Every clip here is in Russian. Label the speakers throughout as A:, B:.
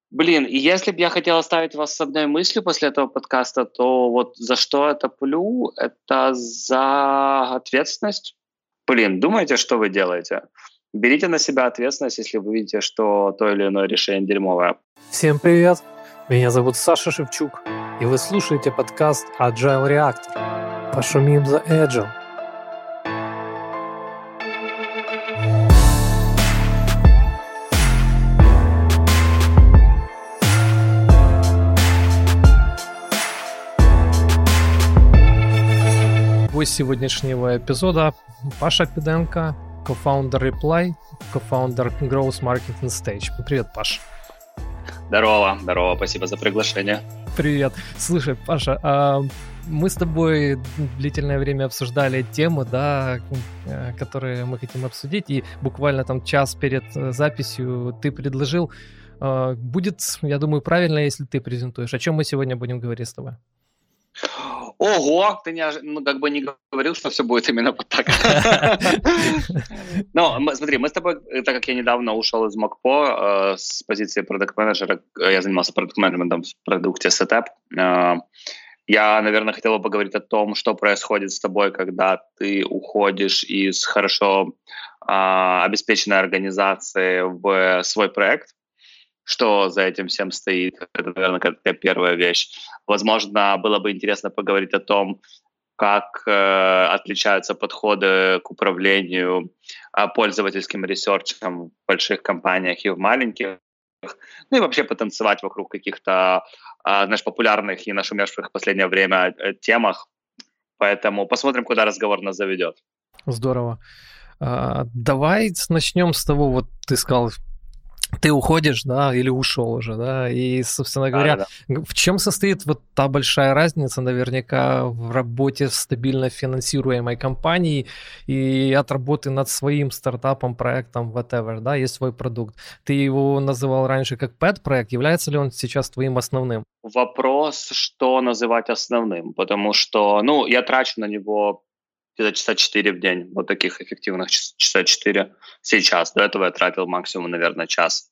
A: Блин, и если бы я хотел оставить вас с одной мыслью после этого подкаста, то вот за что я топлю — это за ответственность. Блин, думайте, что вы делаете. Берите на себя ответственность, если вы видите, что то или иное решение дерьмовое.
B: Всем привет! Меня зовут Саша Шевчук, и вы слушаете подкаст Agile Reactor. Пошумим за Agile. Гость сегодняшнего эпизода Паша Пиденко, кофаундер Reply, кофаундер Growth Marketing Stage. Привет, Паш.
A: Здорово, спасибо за приглашение.
B: Привет. Слушай, Паша, мы с тобой длительное время обсуждали темы, да, которые мы хотим обсудить, и буквально там час перед записью ты предложил, будет, я думаю, правильно, если ты презентуешь. О чем мы сегодня будем говорить с тобой?
A: Ого, ты не говорил, что все будет именно вот так. Ну, смотри, мы с тобой, так как я недавно ушел из МакПо с позиции продакт-менеджера, я занимался продакт-менеджментом в продукте Setup. Я, наверное, хотел бы поговорить о том, что происходит с тобой, когда ты уходишь из хорошо обеспеченной организации в свой проект. Что за этим всем стоит. Это, наверное, такая первая вещь. Возможно, было бы интересно поговорить о том, как отличаются подходы к управлению пользовательским ресерчем в больших компаниях и в маленьких. Ну и вообще потанцевать вокруг каких-то, популярных и нашумевших в последнее время темах. Поэтому посмотрим, куда разговор нас заведет.
B: Здорово. Давай начнем с того, вот ты сказал, ты уходишь, да, или ушел уже, да, и, собственно говоря, в чем состоит вот та большая разница, наверняка, в работе в стабильно финансируемой компании и от работы над своим стартапом, проектом, whatever, да, есть свой продукт. Ты его называл раньше как pet-проект, является ли он сейчас твоим основным?
A: Вопрос, что называть основным, потому что, я трачу на него где-то часа 4 в день, вот таких эффективных часа 4 сейчас. До этого я тратил максимум, наверное, час.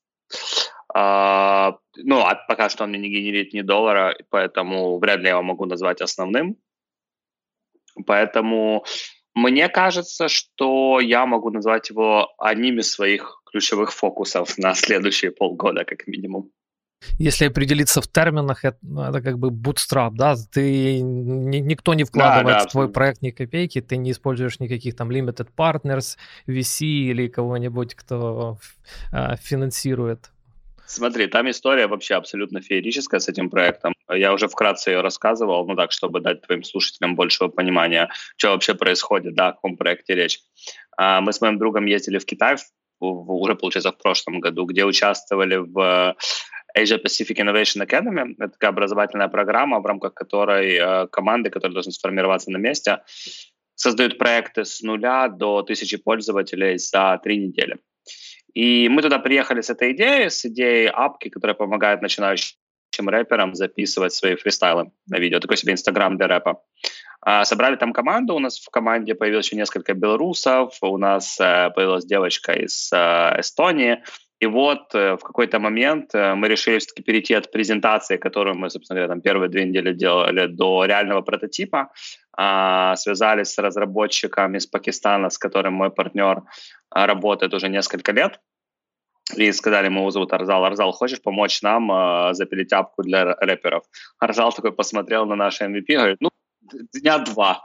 A: Пока что он мне не генерит ни доллара, поэтому вряд ли я его могу назвать основным. Поэтому мне кажется, что я могу назвать его одним из своих ключевых фокусов на следующие полгода, как минимум.
B: Если определиться в терминах, это как бы bootstrap, да? Никто не вкладывает в твой проект ни копейки, ты не используешь никаких там limited partners, VC или кого-нибудь, кто финансирует.
A: Смотри, там история вообще абсолютно феерическая с этим проектом. Я уже вкратце ее рассказывал, так, чтобы дать твоим слушателям большего понимания, что вообще происходит, да, о каком проекте речь. Мы с моим другом ездили в Китай уже, получается, в прошлом году, где участвовали в Asia Pacific Innovation Academy. Это такая образовательная программа, в рамках которой команды, которые должны сформироваться на месте, создают проекты с 0 до 1000 пользователей за 3 недели. И мы туда приехали с идеей апки, которая помогает начинающим рэперам записывать свои фристайлы на видео. Такой себе Инстаграм для рэпа. Собрали там команду, у нас в команде появилось еще несколько белорусов, у нас появилась девочка из Эстонии. И вот в какой-то момент мы решили все-таки перейти от презентации, которую мы, собственно говоря, там первые 2 недели делали, до реального прототипа. Связались с разработчиками из Пакистана, с которым мой партнер работает уже несколько лет. И сказали, мы его зовут Арзал. Арзал, хочешь помочь нам запилить апку для рэперов? Арзал такой посмотрел на наш MVP и говорит, дня 2.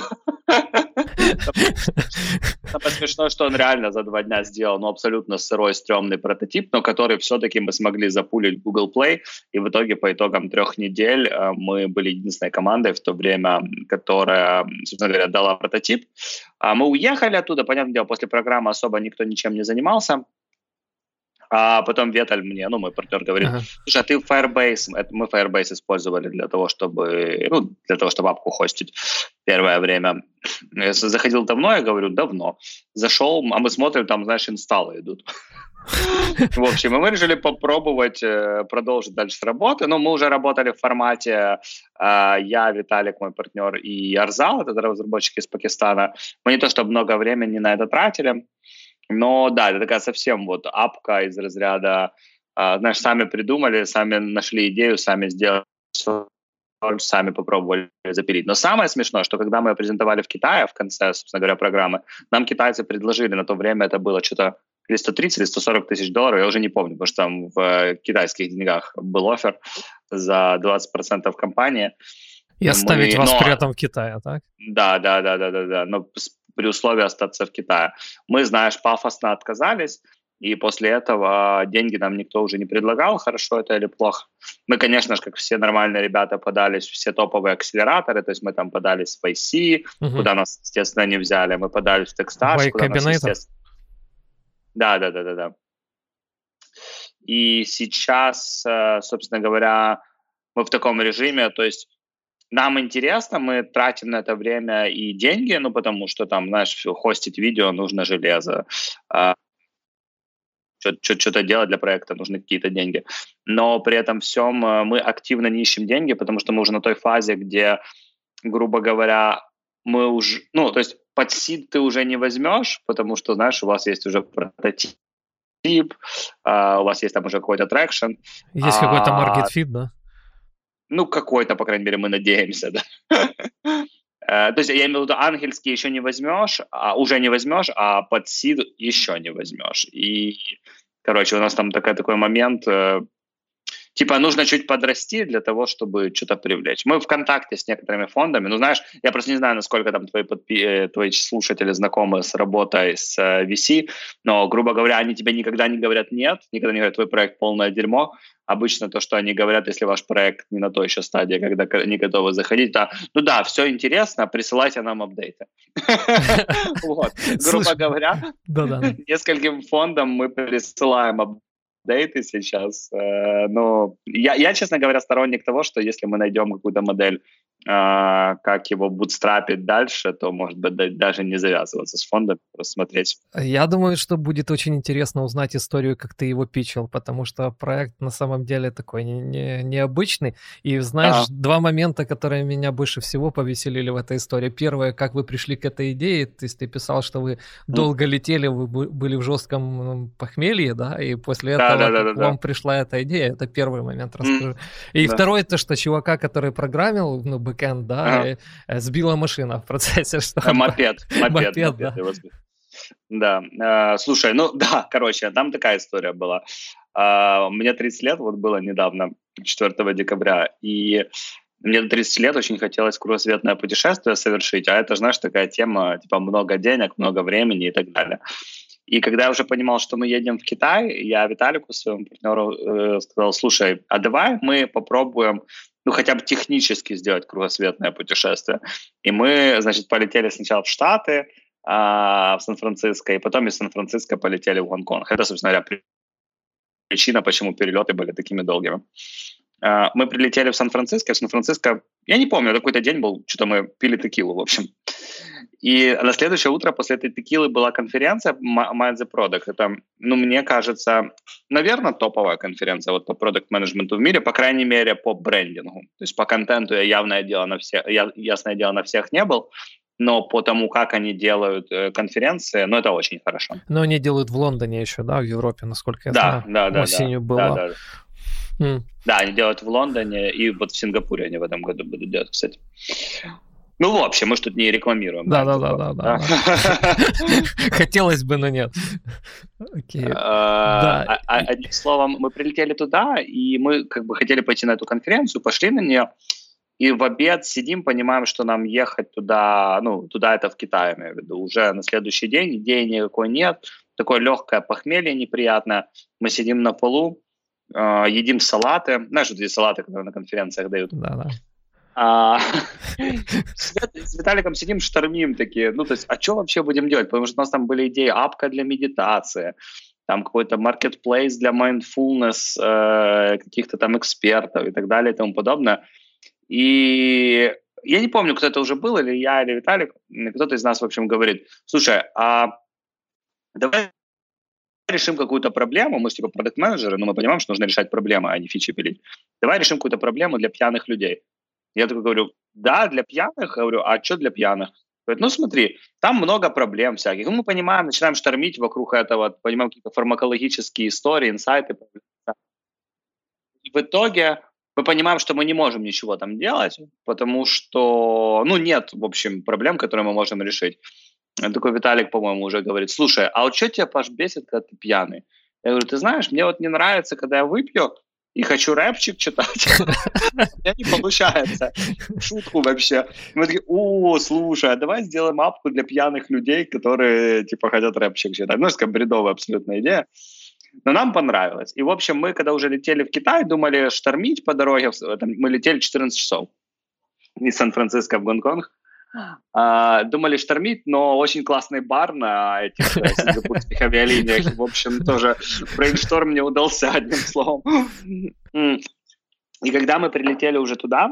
A: Самое смешное, что он реально за 2 дня сделал абсолютно сырой, стрёмный прототип, но который все-таки мы смогли запулить в Google Play, и в итоге по итогам 3 недель мы были единственной командой в то время, которая, собственно говоря, дала прототип. Мы уехали оттуда, понятное дело, после программы особо никто ничем не занимался. А потом Веталь мне, мой партнер, говорит, слушай, а ты Firebase, мы Firebase использовали для того, чтобы апку хостить первое время. Я заходил давно, я говорю, давно. Зашел, а мы смотрим, там, знаешь, инсталлы идут. В общем, мы решили попробовать продолжить дальше с работы. Мы уже работали в формате я, Виталик, мой партнер, и Арзал, это разработчики из Пакистана. Мы не то чтобы много времени на это тратили, но да, это такая совсем апка из разряда знаешь, сами придумали, сами нашли идею, сами сделали, сами попробовали запилить. Но самое смешное, что когда мы ее презентовали в Китае в конце, собственно говоря, программы, нам китайцы предложили, на то время это было что-то или 130, или 140 тысяч долларов, я уже не помню, потому что там в китайских деньгах был оффер за 20% компании.
B: И оставить вас при этом в Китае, так?
A: Да, но при условии остаться в Китае. Мы, знаешь, пафосно отказались, и после этого деньги нам никто уже не предлагал, хорошо это или плохо. Мы, конечно же, как все нормальные ребята, подались в все топовые акселераторы, то есть мы там подались в IC, куда нас, естественно, не взяли, мы подались в Techstars, куда нас, естественно... Да. И сейчас, собственно говоря, мы в таком режиме, то есть нам интересно, мы тратим на это время и деньги, ну, потому что там, знаешь, хостить видео нужно железо, что-то делать для проекта нужны какие-то деньги. Но при этом всем мы активно не ищем деньги, потому что мы уже на той фазе, где, грубо говоря, мы уже, ну, то есть под сид ты уже не возьмешь, потому что, знаешь, у вас есть уже прототип, у вас есть там уже какой-то трекшн.
B: Есть какой-то market fit, да?
A: Ну, какой-то, по крайней мере, мы надеемся, да. То есть я имею в виду, ангельский еще не возьмешь, уже не возьмешь, а под сид еще не возьмешь. И, короче, у нас там такой момент, типа нужно чуть подрасти для того, чтобы что-то привлечь. Мы в контакте с некоторыми фондами, ну, знаешь, я просто не знаю, насколько там твои слушатели знакомы с работой с VC, но, грубо говоря, они тебе никогда не говорят нет, никогда не говорят, твой проект полное дерьмо. Обычно то, что они говорят, если ваш проект не на той еще стадии, когда не готовы заходить, то, ну да, все интересно, присылайте нам апдейты. Грубо говоря, нескольким фондам мы присылаем апдейты сейчас. Но я, честно говоря, сторонник того, что если мы найдем какую-то модель, как его бутстрапить дальше, то, может быть, даже не завязываться с фондом, рассмотреть.
B: Я думаю, что будет очень интересно узнать историю, как ты его питчил, потому что проект на самом деле такой необычный. И знаешь, два момента, которые меня больше всего повеселили в этой истории. Первое, как вы пришли к этой идее. То есть ты писал, что вы долго летели, вы были в жестком похмелье, да, и после этого к вам пришла эта идея. Это первый момент, расскажи. И второй, это что чувака, который программил, ну, бэкэнд, да, сбила машина в процессе.
A: Мопед,
B: да.
A: Да, слушай, ну да, короче, там такая история была. Мне 30 лет, вот было недавно, 4 декабря, и мне до 30 лет очень хотелось кругосветное путешествие совершить, а это, знаешь, такая тема, типа много денег, много времени и так далее. И когда я уже понимал, что мы едем в Китай, я Виталику, своему партнеру, сказал, слушай, а давай мы попробуем, ну, хотя бы технически сделать кругосветное путешествие. И мы, значит, полетели сначала в Штаты, в Сан-Франциско, и потом из Сан-Франциско полетели в Гонконг. Это, собственно говоря, причина, почему перелеты были такими долгими. Мы прилетели в Сан-Франциско, я не помню, какой-то день был, что-то мы пили текилу, в общем. И на следующее утро после этой текилы была конференция Mind the Product. Это, ну, мне кажется, наверное, топовая конференция вот по продакт-менеджменту в мире, по крайней мере, по брендингу. То есть по контенту я, ясное дело, на всех не был, но по тому, как они делают конференции, ну, это очень хорошо.
B: Но они делают в Лондоне еще, да, в Европе, насколько я знаю. Осенью было.
A: Да, они делают в Лондоне, и вот в Сингапуре они в этом году будут делать, кстати. Ну, в общем, мы ж тут не рекламируем.
B: Да. Хотелось бы, но нет.
A: Одним словом, мы прилетели туда, и мы как бы хотели пойти на эту конференцию, пошли на нее, и в обед сидим, понимаем, что нам ехать туда, ну, туда это в Китае, я имею в виду, уже на следующий день, идеи никакой нет, такое легкое похмелье неприятное, мы сидим на полу, едим салаты, знаешь, вот эти салаты, которые на конференциях дают.
B: Да.
A: С Виталиком сидим, штормим такие, ну, то есть, а что вообще будем делать? Потому что у нас там были идеи, апка для медитации, там какой-то marketplace для mindfulness, каких-то там экспертов и так далее и тому подобное. И я не помню, кто это уже был, или я, или Виталик, кто-то из нас, в общем, говорит, слушай, а давай решим какую-то проблему, мы же типа продакт-менеджеры, но мы понимаем, что нужно решать проблемы, а не фичи пилить. Давай решим какую-то проблему для пьяных людей. Я такой говорю, да, для пьяных? Я говорю, а что для пьяных? Говорит, ну смотри, там много проблем всяких. Ну, мы понимаем, начинаем штормить вокруг этого, понимаем какие-то фармакологические истории, инсайты. в итоге мы понимаем, что мы не можем ничего там делать, потому что, нет, в общем, проблем, которые мы можем решить. Такой Виталик, по-моему, уже говорит: слушай, а вот что тебя, Паш, бесит, когда ты пьяный? Я говорю: ты знаешь, мне вот не нравится, когда я выпью и хочу рэпчик читать. У меня не получается. Шутку вообще. Мы такие: слушай, а давай сделаем апку для пьяных людей, которые, типа, хотят рэпчик читать. Такая бредовая абсолютно идея. Но нам понравилось. И, в общем, мы, когда уже летели в Китай, думали штормить по дороге. Мы летели 14 часов из Сан-Франциско в Гонконг. Думали штормить, но очень классный бар на этих сингапурских авиалиниях. В общем, тоже брейншторм не удался, одним словом. И когда мы прилетели уже туда,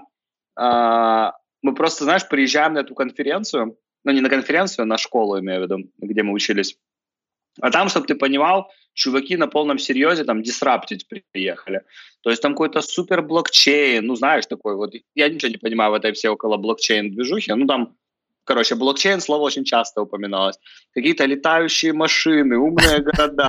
A: мы просто, знаешь, приезжаем на эту конференцию, не на конференцию, а на школу, имею в виду, где мы учились. А там, чтобы ты понимал, чуваки на полном серьезе там дисраптить приехали. То есть там какой-то супер блокчейн, знаешь, такой вот. Я ничего не понимаю в этой всей около блокчейн-движухи. Блокчейн слово очень часто упоминалось. Какие-то летающие машины, умные города.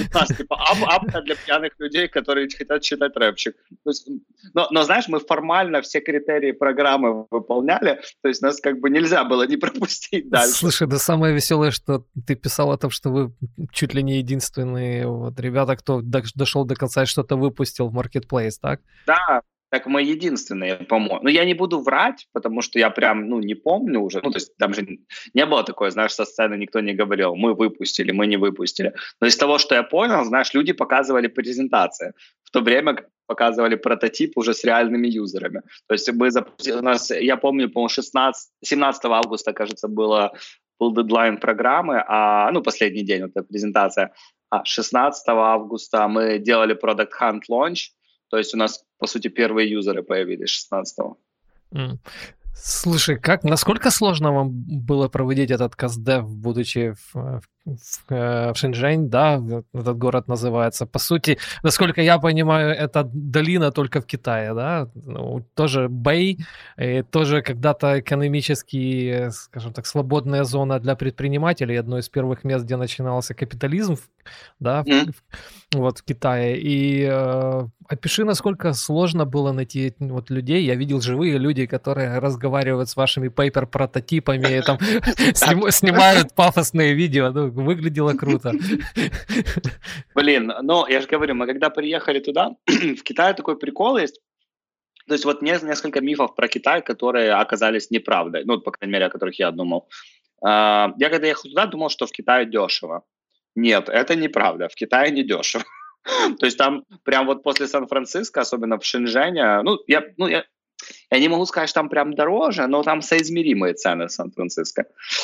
A: Апка для пьяных людей, которые хотят читать рэпчик. Но, знаешь, мы формально все критерии программы выполняли, то есть нас как бы нельзя было не пропустить дальше.
B: Слушай, да самое веселое, что ты писал о том, что вы чуть ли не единственные ребята, кто дошел до конца и что-то выпустил в Marketplace, так?
A: Да. Так мы единственные, по-моему. Я не буду врать, потому что я прям, не помню уже. То есть там же не было такое, знаешь, со сцены никто не говорил: мы выпустили, мы не выпустили. Но из того, что я понял, знаешь, люди показывали презентации. В то время показывали прототип уже с реальными юзерами. То есть мы запустили, я помню, по-моему, 17 августа, кажется, был дедлайн программы, последний день этой презентации. А 16 августа мы делали Product Hunt Launch. То есть у нас, по сути, первые юзеры появились 16-го.
B: Слушай, насколько сложно вам было проводить этот CastDev, будучи в Шэньчжэнь, да, этот город называется. По сути, насколько я понимаю, это долина только в Китае, да, тоже Бэй, тоже когда-то экономически, скажем так, свободная зона для предпринимателей, одно из первых мест, где начинался капитализм, да, в Китае. И опиши, насколько сложно было найти людей. Я видел живые люди, которые разговаривают с вашими пейпер-прототипами, там снимают пафосные видео. Выглядело круто.
A: Блин, я же говорю, мы когда приехали туда, в Китае такой прикол есть. То есть вот несколько мифов про Китай, которые оказались неправдой. По крайней мере, о которых я думал. Я когда ехал туда, думал, что в Китае дешево. Нет, это неправда. В Китае не дешево. То есть там прям вот после Сан-Франциско, особенно в Шэньчжэне, я не могу сказать, что там прям дороже, но там соизмеримые цены в Сан-Франциско.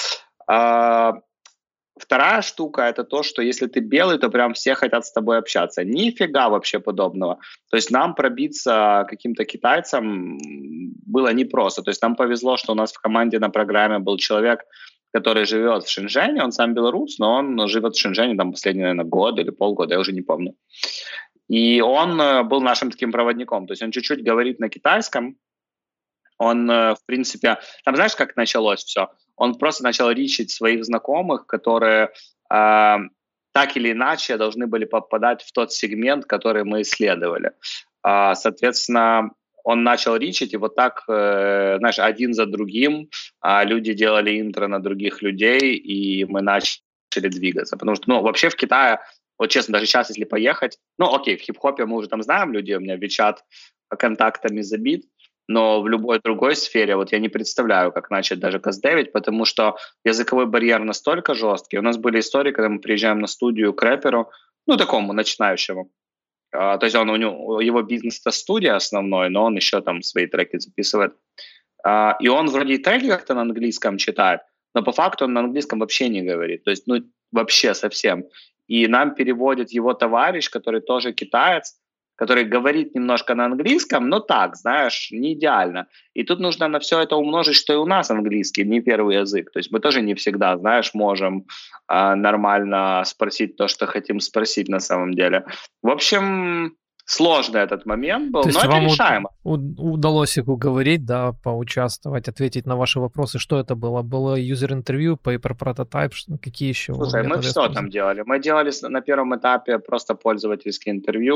A: Вторая штука – это то, что если ты белый, то прям все хотят с тобой общаться. Нифига вообще подобного. То есть нам пробиться каким-то китайцам было непросто. То есть нам повезло, что у нас в команде на программе был человек, который живет в Шэньчжэне, он сам белорус, но он живет в Шэньчжэне там последний, наверное, год или полгода, я уже не помню. И он был нашим таким проводником. То есть он чуть-чуть говорит на китайском. Он, в принципе, там знаешь, как началось все? Он просто начал ричить своих знакомых, которые так или иначе должны были попадать в тот сегмент, который мы исследовали. Соответственно, он начал ричить, и вот так, знаешь, один за другим люди делали интро на других людей, и мы начали двигаться. Потому что, вообще в Китае, вот честно, даже сейчас, если поехать, окей, в хип-хопе мы уже там знаем людей, у меня WeChat контактами забит, но в любой другой сфере вот я не представляю, как начать даже CastDev'ить, потому что языковой барьер настолько жесткий. У нас были истории, когда мы приезжаем на студию к рэперу, такому начинающему. То есть его бизнес – это студия основной, но он еще там свои треки записывает. И он вроде и треки как-то на английском читает, но по факту он на английском вообще не говорит. То есть, вообще совсем. И нам переводит его товарищ, который тоже китаец, который говорит немножко на английском, но так, знаешь, не идеально. И тут нужно на все это умножить, что и у нас английский не первый язык. То есть мы тоже не всегда, знаешь, можем нормально спросить то, что хотим спросить на самом деле. В общем, сложный этот момент был, но это решаемо.
B: Удалось их уговорить, да, поучаствовать, ответить на ваши вопросы. Что это было? Было юзер-интервью, paper-прототип, какие еще?
A: Слушай, мы все там делали. Мы делали на первом этапе просто пользовательские интервью.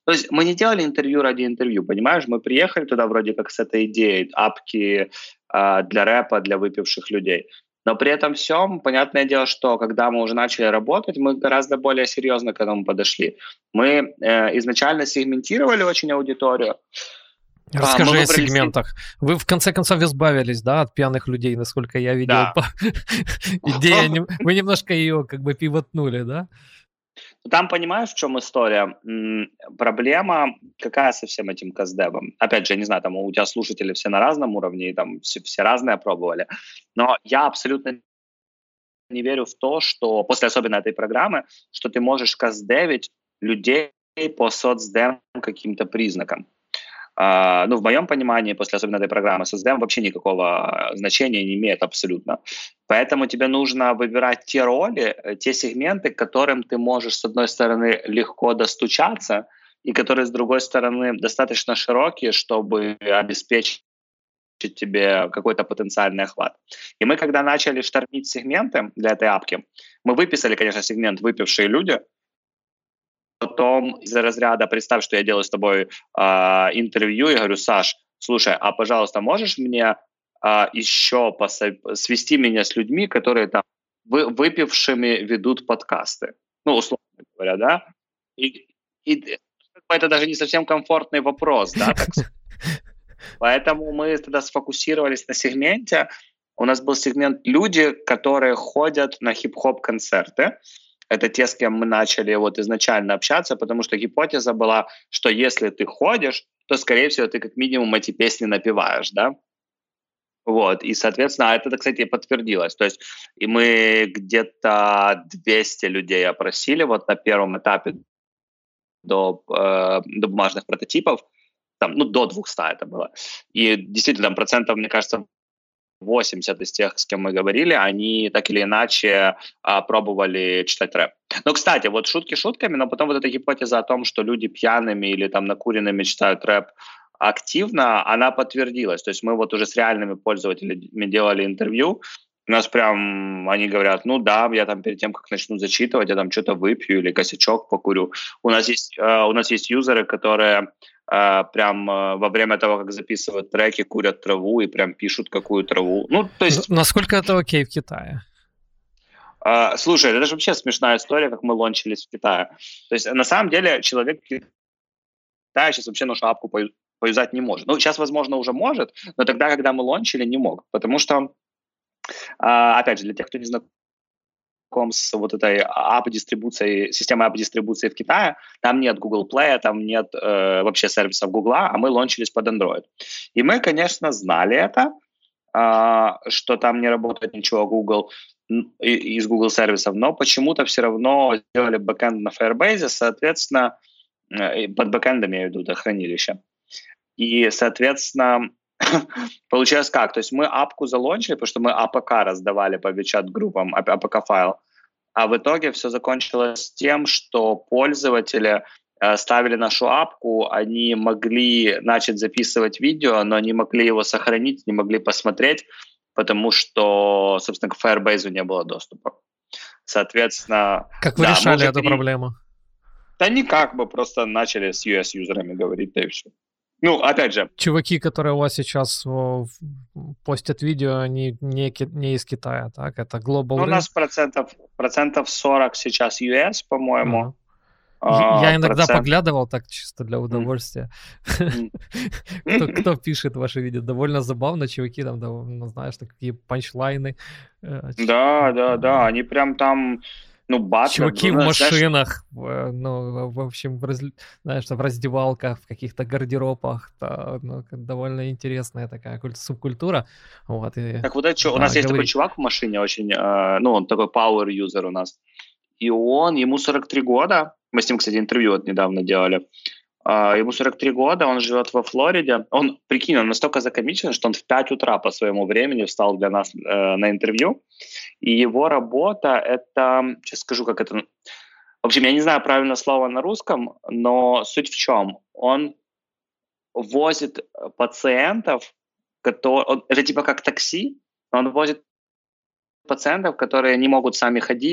A: То есть мы не делали интервью ради интервью, понимаешь? Мы приехали туда вроде как с этой идеей апки для рэпа, для выпивших людей. Но при этом всем, понятное дело, что когда мы уже начали работать, мы гораздо более серьезно к этому подошли. Мы изначально сегментировали очень аудиторию.
B: Расскажи о сегментах. Вы в конце концов избавились, да, от пьяных людей, насколько я видел.
A: Да.
B: Идея, вы немножко ее как бы пивотнули, да?
A: Там понимаешь, в чем история? Проблема какая со всем этим каздевом? Опять же, я не знаю, там у тебя слушатели все на разном уровне, и там все разное пробовали. Но я абсолютно не верю в то, что после особенно этой программы, что ты можешь каздевить людей по соцдем каким-то признакам. В моем понимании, после особенно этой программы, соцдем вообще никакого значения не имеет абсолютно. Поэтому тебе нужно выбирать те роли, те сегменты, к которым ты можешь, с одной стороны, легко достучаться, и которые, с другой стороны, достаточно широкие, чтобы обеспечить тебе какой-то потенциальный охват. И мы, когда начали штормить сегменты для этой апки, мы выписали, конечно, сегмент «выпившие люди», потом из-за разряда представь, что я делаю с тобой интервью, и говорю: Саш, слушай, а, пожалуйста, можешь мне еще свести меня с людьми, которые там выпившими ведут подкасты? Ну, условно говоря, да? И это даже не совсем комфортный вопрос, да, так сказать. Поэтому мы тогда сфокусировались на сегменте. У нас был сегмент «Люди, которые ходят на хип-хоп концерты». Это те, с кем мы начали вот изначально общаться, потому что гипотеза была, что если ты ходишь, то, скорее всего, ты как минимум эти песни напеваешь, да? Вот, и, соответственно, это, кстати, подтвердилось. То есть и мы где-то 200 людей опросили вот на первом этапе до бумажных прототипов, там, до 200 это было. И действительно, там процентов, мне кажется, 80 из тех, с кем мы говорили, они так или иначе пробовали читать рэп. Но, кстати, вот шутки шутками, но потом вот эта гипотеза о том, что люди пьяными или там накуренными читают рэп активно, она подтвердилась. То есть мы вот уже с реальными пользователями делали интервью, у нас прям, они говорят, ну да, я там перед тем, как начну зачитывать, я там что-то выпью или косячок покурю. У нас есть юзеры, которые прям во время того, как записывают треки, курят траву и прям пишут, какую траву. Ну, то есть...
B: Насколько это окей в Китае?
A: Слушай, это же вообще смешная история, как мы лончились в Китае. То есть, на самом деле, человек в Китае сейчас вообще нашу апку поюзать не может. Ну, сейчас, возможно, уже может, но тогда, когда мы лончили, не мог. Потому что, опять же, для тех, кто не знаком с вот этой ап-дистрибуцией, системой ап-дистрибуции в Китае, там нет Google Play, там нет вообще сервисов Google, а мы лончились под Android. И мы, конечно, знали это, что там не работает ничего Google из Google сервисов, но почему-то все равно сделали бэкэнд на Firebase, соответственно, под бэкэндом я веду это хранилище. И, соответственно, получилось как? То есть мы апку залончили, потому что мы APK раздавали по WeChat-группам, APK-файл, а в итоге все закончилось тем, что пользователи ставили нашу апку, они могли начать записывать видео, но не могли его сохранить, не могли посмотреть, потому что, собственно, к Firebase не было доступа. Соответственно...
B: Как вы решали эту проблему?
A: Да никак, мы просто начали с US-юзерами говорить, да и все. Ну, опять же...
B: Чуваки, которые у вас сейчас постят видео, они не из Китая, так? Это Global
A: У нас процентов 40 сейчас US, по-моему.
B: Я иногда поглядывал так чисто для удовольствия. Кто пишет ваши видео? Довольно забавно, чуваки там, знаешь, такие панчлайны.
A: Да, они прям там... батлер.
B: Чуваки в машинах, в общем, знаешь, в раздевалках, в каких-то гардеробах, довольно интересная такая субкультура. Вот,
A: так вот это у нас есть такой чувак в машине, очень, он такой power user у нас, и ему 43 года, мы с ним, кстати, интервью недавно делали, ему 43 года, он живет во Флориде, он, прикинь, он настолько закомичен, что он в 5 утра по своему времени встал для нас на интервью, и его работа это, сейчас скажу, как это, в общем, я не знаю правильное слово на русском, но суть в чем, он возит пациентов, это типа как такси, он возит пациентов, которые не могут сами ходить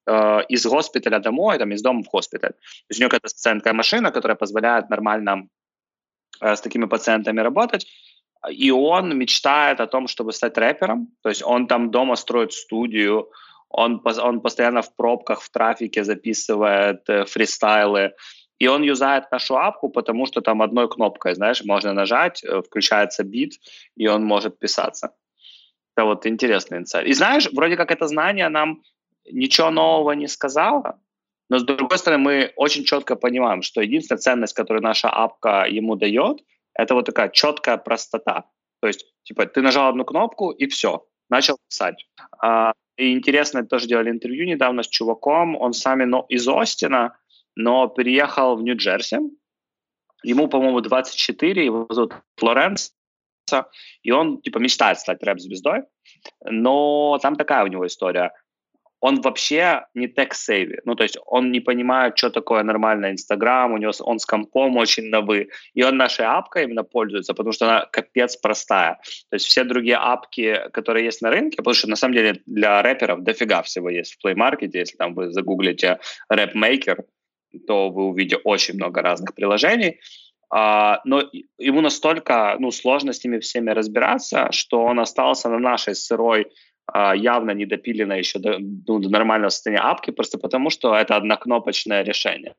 A: из госпиталя домой, там, из дома в госпиталь. То есть у него какая-то специальная такая машина, которая позволяет нормально с такими пациентами работать. И он мечтает о том, чтобы стать рэпером. То есть он там дома строит студию, он постоянно в пробках, в трафике записывает фристайлы. И он юзает нашу апку, потому что там одной кнопкой, знаешь, можно нажать, включается бит, и он может писаться. Это вот интересный инсайт. И знаешь, вроде как это знание нам ничего нового не сказало, но с другой стороны мы очень четко понимаем, что единственная ценность, которую наша апка ему дает, это вот такая четкая простота. То есть, типа, ты нажал одну кнопку и все, начал писать. И интересно, тоже делали интервью недавно с чуваком, он сам из Остина, но переехал в Нью-Джерси. Ему, по-моему, 24, его зовут Флоренс, и он, типа, мечтает стать рэп-звездой, но там такая у него история. Он вообще не tech-savvy, ну, то есть он не понимает, что такое нормальный Инстаграм, он с компом очень на «вы», и он нашей апкой именно пользуется, потому что она капец простая. То есть все другие апки, которые есть на рынке, потому что на самом деле для рэперов дофига всего есть в Play Market, если там вы загуглите «рэп-мейкер», то вы увидите очень много разных приложений, но ему настолько сложно с ними всеми разбираться, что он остался на нашей сырой, явно недопиленной еще до нормального состояния апки, просто потому что это однокнопочное решение.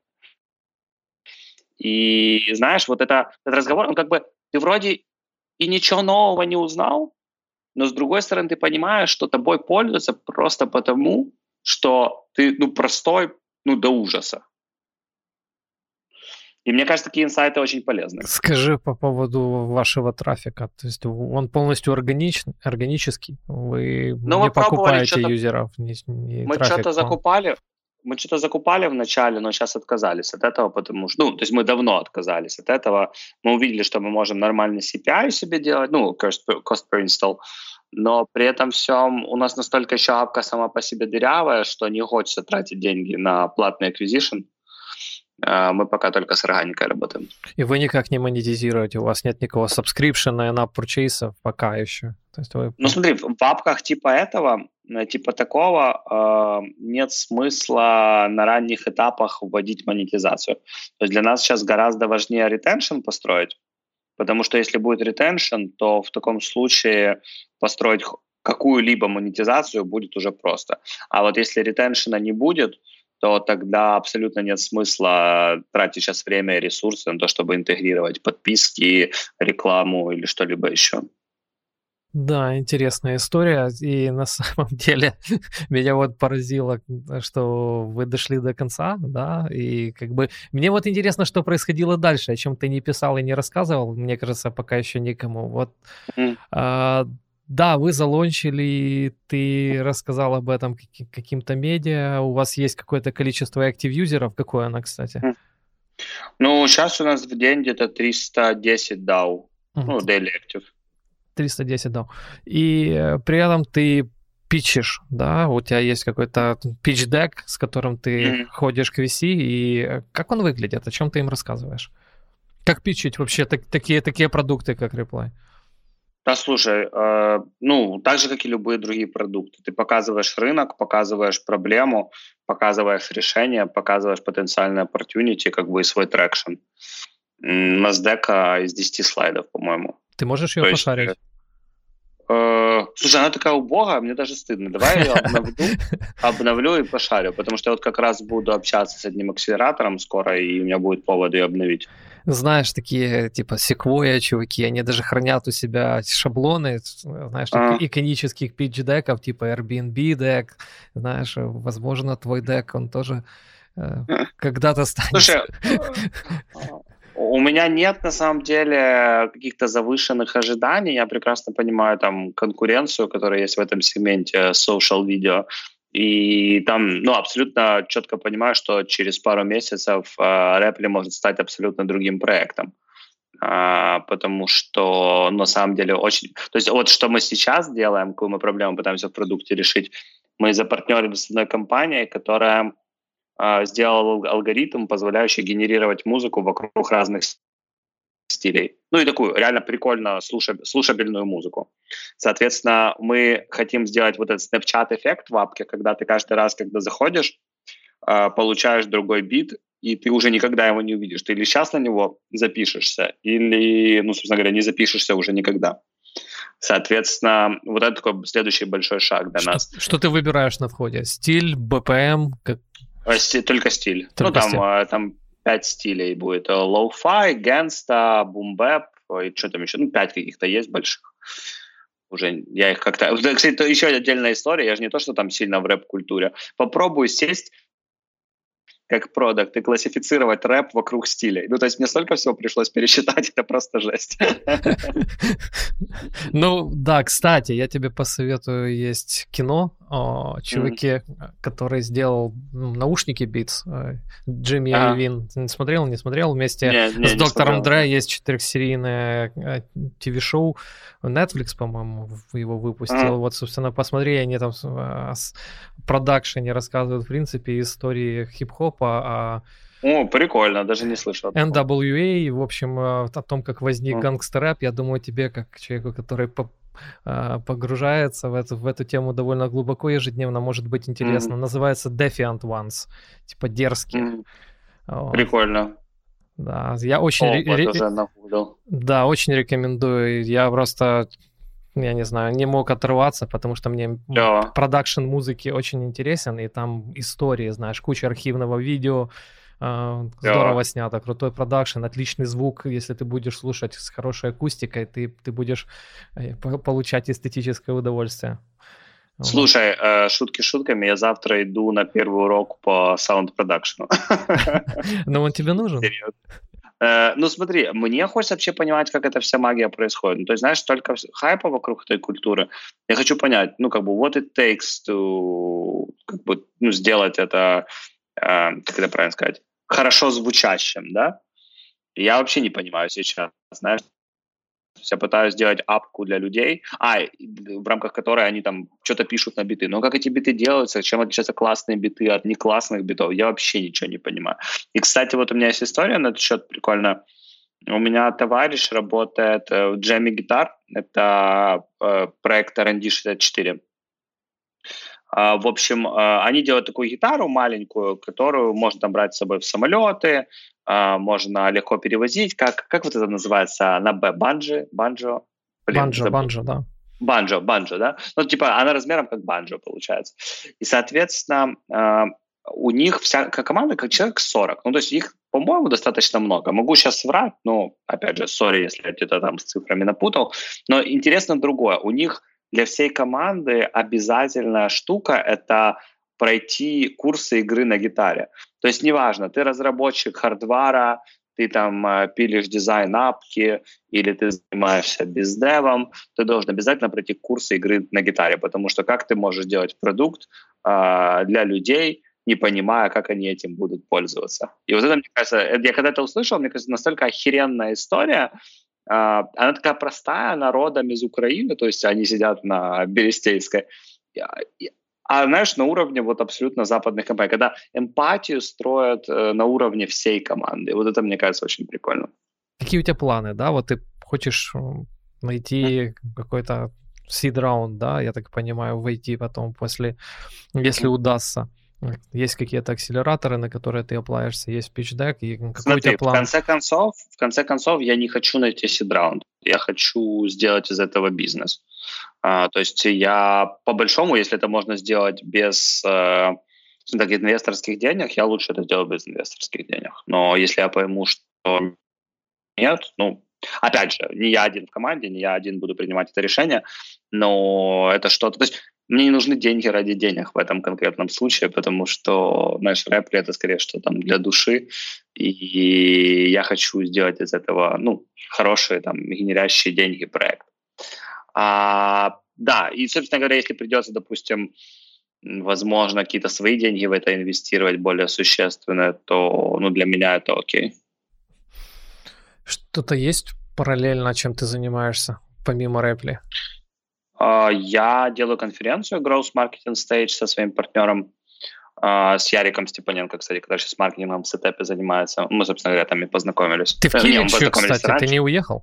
A: И знаешь, вот этот разговор, он как бы, ты вроде и ничего нового не узнал, но с другой стороны ты понимаешь, что тобой пользуются просто потому, что ты простой до ужаса. И мне кажется, такие инсайты очень полезны.
B: Скажи по поводу вашего трафика. То есть он полностью органический? Вы не покупаете юзеров?
A: Мы что-то закупали в начале, но сейчас отказались от этого, потому что, то есть мы давно отказались от этого. Мы увидели, что мы можем нормальный CPI себе делать, cost per install, но при этом всем у нас настолько еще апка сама по себе дырявая, что не хочется тратить деньги на платный acquisition. Мы пока только с органикой работаем.
B: И вы никак не монетизируете? У вас нет никакого subscription и на purchase пока еще? То есть вы...
A: смотри, в апках типа этого, типа такого, нет смысла на ранних этапах вводить монетизацию. То есть для нас сейчас гораздо важнее retention построить, потому что если будет retention, то в таком случае построить какую-либо монетизацию будет уже просто. А вот если ретеншена не будет, то тогда абсолютно нет смысла тратить сейчас время и ресурсы на то, чтобы интегрировать подписки, рекламу или что-либо еще.
B: Да, интересная история. И на самом деле меня вот поразило, что вы дошли до конца, да, и как бы мне вот интересно, что происходило дальше, о чем ты не писал и не рассказывал, мне кажется, пока еще никому. Вот, да, вы залончили, ты рассказал об этом каким-то медиа, у вас есть какое-то количество актив-юзеров, какое оно, кстати?
A: Сейчас у нас в день где-то 310 DAO, Daily Active.
B: 310 DAO. И при этом ты питчишь, да, у тебя есть какой-то питч-дек, с которым ты ходишь к VC, и как он выглядит, о чем ты им рассказываешь? Как питчить вообще такие продукты, как Reply?
A: Да, слушай, так же, как и любые другие продукты. Ты показываешь рынок, показываешь проблему, показываешь решение, показываешь потенциальный opportunity, как бы и свой трекшн. У нас дека из 10 слайдов, по-моему.
B: Ты можешь ее пошарить?
A: Слушай, она такая убогая, мне даже стыдно. Давай я ее обновлю и пошарю, потому что я вот как раз буду общаться с одним акселератором скоро, и у меня будет повод ее обновить.
B: Знаешь, такие типа Sequoia чуваки, они даже хранят у себя шаблоны, знаешь, иконических питч-деков, типа Airbnb дек, знаешь, возможно, твой дек, он тоже когда-то станет...
A: Слушай, у меня нет, на самом деле, каких-то завышенных ожиданий. Я прекрасно понимаю там конкуренцию, которая есть в этом сегменте social video. И там, абсолютно четко понимаю, что через пару месяцев Reply может стать абсолютно другим проектом. Потому что, на самом деле, очень... То есть вот что мы сейчас делаем, какую мы проблему пытаемся в продукте решить, мы запартнерились с одной компанией, которая сделала алгоритм, позволяющий генерировать музыку вокруг разных стилей. Ну и такую реально прикольно слушабельную музыку. Соответственно, мы хотим сделать вот этот Snapchat-эффект в апке, когда ты каждый раз, когда заходишь, получаешь другой бит, и ты уже никогда его не увидишь. Ты или сейчас на него запишешься, или, ну, собственно говоря, не запишешься уже никогда. Соответственно, вот это такой следующий большой шаг для нас.
B: Что ты выбираешь на входе? Стиль, BPM?
A: Только стиль.
B: Только стиль.
A: Там 5 стилей будет. Lo-fi, gangsta, boom-bap и что там еще. 5 каких-то есть больших. Уже я их как-то... Кстати, это еще отдельная история. Я же не то, что там сильно в рэп-культуре. Попробую сесть как продакт и классифицировать рэп вокруг стилей. Ну, то есть мне столько всего пришлось пересчитать, это просто жесть.
B: Ну, да, кстати, я тебе посоветую, есть кино о чуваке, который сделал наушники Beats, Джимми Iovine. Не смотрел? Вместе с Доктором Дре есть 4-серийное ТВ-шоу. Netflix, по-моему, его выпустил. Вот, собственно, посмотри, они там о продакшене рассказывают, в принципе, истории хип-хопа.
A: О, прикольно, даже не слышал.
B: NWA, в общем, о том, как возник гангстер-рэп, я думаю, тебе, как человеку, который погружается в эту тему довольно глубоко ежедневно, может быть интересно. Называется Defiant Ones, типа дерзкие.
A: Прикольно.
B: Да, я очень... Да, очень рекомендую. Я просто, я не знаю, не мог оторваться, потому что мне продакшн музыки очень интересен, и там истории, знаешь, куча архивного видео, здорово снято, крутой продакшн, отличный звук. Если ты будешь слушать с хорошей акустикой, ты будешь получать эстетическое удовольствие.
A: Слушай, шутки шутками, я завтра иду на первый урок по саунд-продакшну.
B: Но он тебе нужен?
A: Ну смотри, мне хочется вообще понимать, как эта вся магия происходит. Ну, то есть, знаешь, столько хайпа вокруг этой культуры. Я хочу понять, what it takes to, сделать это, как это правильно сказать, хорошо звучащим, да? Я вообще не понимаю сейчас, знаешь. Я пытаюсь сделать апку для людей, в рамках которой они там что-то пишут на биты. Но как эти биты делаются, чем отличаются классные биты от неклассных битов, я вообще ничего не понимаю. И, кстати, вот у меня есть история на этот счет прикольно. У меня товарищ работает в Jammy Guitar, это проект R&D 64. В общем, они делают такую гитару маленькую, которую можно там брать с собой в самолеты, можно легко перевозить. Как вот это называется на Б? Банджо?
B: Банджо, да.
A: Банджо, да? Ну, типа, она размером как банджо, получается. И, соответственно, у них вся команда как человек 40. Ну, то есть их, по-моему, достаточно много. Могу сейчас соврать, но, опять же, сори, если я где-то там с цифрами напутал. Но интересно другое. У них для всей команды обязательная штука – это пройти курсы игры на гитаре. То есть неважно, ты разработчик хардвара, ты там пилишь дизайн апки или ты занимаешься бездевом, ты должен обязательно пройти курсы игры на гитаре, потому что как ты можешь делать продукт для людей, не понимая, как они этим будут пользоваться. И вот это, мне кажется, я когда это услышал, мне кажется, настолько охеренная история. Она такая простая, она родом из Украины, то есть они сидят на Берестейской. А знаешь, на уровне вот абсолютно западных компаний, когда эмпатию строят на уровне всей команды. Вот это, мне кажется, очень прикольно.
B: Какие у тебя планы, да? Вот ты хочешь найти какой-то seed round, да, я так понимаю, войти потом после, если удастся. Есть какие-то акселераторы, на которые ты оплаешься, есть pitch-deck, и какой
A: Смотри,
B: у тебя план?
A: В конце концов, я не хочу найти seed round, я хочу сделать из этого бизнес. То есть я, по-большому, если это можно сделать без инвесторских денег, я лучше это сделаю без инвесторских денег. Но если я пойму, что нет, опять же, не я один в команде, не я один буду принимать это решение, но это что-то... То есть мне не нужны деньги ради денег в этом конкретном случае, потому что, знаешь, рэп — это скорее что там для души, и я хочу сделать из этого, хороший, там, генерящий деньги проект. Да, и, собственно говоря, если придется, допустим, возможно, какие-то свои деньги в это инвестировать более существенные, то, для меня это окей.
B: Что-то есть параллельно, чем ты занимаешься, помимо рэпли?
A: Я делаю конференцию Growth Marketing Stage со своим партнером. с Яриком Степаненко, кстати, который сейчас маркетингом в сетапе занимается. Мы, собственно говоря, там и познакомились.
B: Ты в Киеве еще, кстати, раньше. Ты не уехал?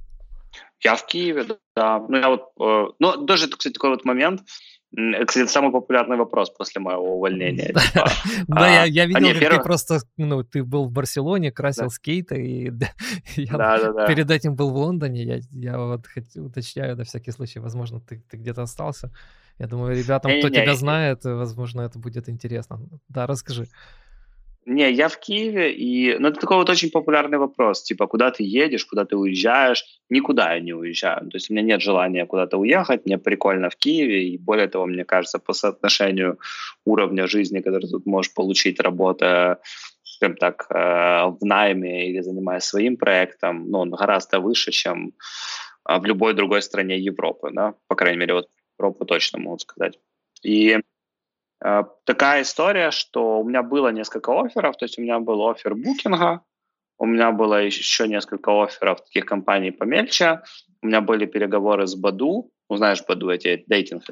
A: Я в Киеве, да. Ну, я вот, ну, даже, кстати, такой вот момент. Кстати, это самый популярный вопрос после моего увольнения.
B: Да, я видел, как ты просто, ну, ты был в Барселоне, красил скейты, и я перед этим был в Лондоне. Я вот уточняю на всякий случай, возможно, ты где-то остался. Я думаю, ребятам, кто тебя знает, возможно, это будет интересно. Да, расскажи.
A: Не, я в Киеве, и... Ну, это такой вот очень популярный вопрос. Типа, куда ты едешь, куда ты уезжаешь? Никуда я не уезжаю. То есть у меня нет желания куда-то уехать. Мне прикольно в Киеве. И более того, мне кажется, по соотношению уровня жизни, который тут можешь получить, работая, скажем так, в найме или занимаясь своим проектом, ну, он гораздо выше, чем в любой другой стране Европы. Да? По крайней мере, вот Европу точно могу сказать. И... такая история, что у меня было несколько офферов, то есть у меня был оффер букинга, у меня было еще несколько офферов таких компаний помельче, у меня были переговоры с Баду, ну, знаешь, Баду, эти дейтинги.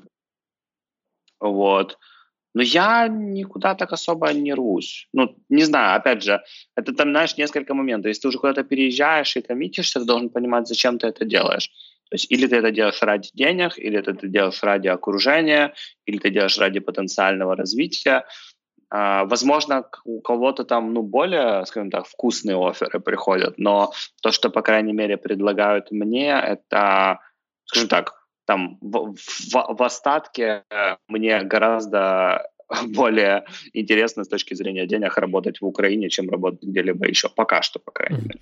A: Вот. Но я никуда так особо не рвусь. Ну, не знаю, опять же, это там, знаешь, несколько моментов. Если ты уже куда-то переезжаешь и коммитишься, ты должен понимать, зачем ты это делаешь. То есть или ты это делаешь ради денег, или ты делаешь ради окружения, или ты делаешь ради потенциального развития. Возможно, у кого-то там, ну, более, скажем так, вкусные офферы приходят, но то, что, по крайней мере, предлагают мне, это, скажем так, там в остатке мне гораздо более интересно с точки зрения денег работать в Украине, чем работать где-либо еще. Пока что, по крайней мере.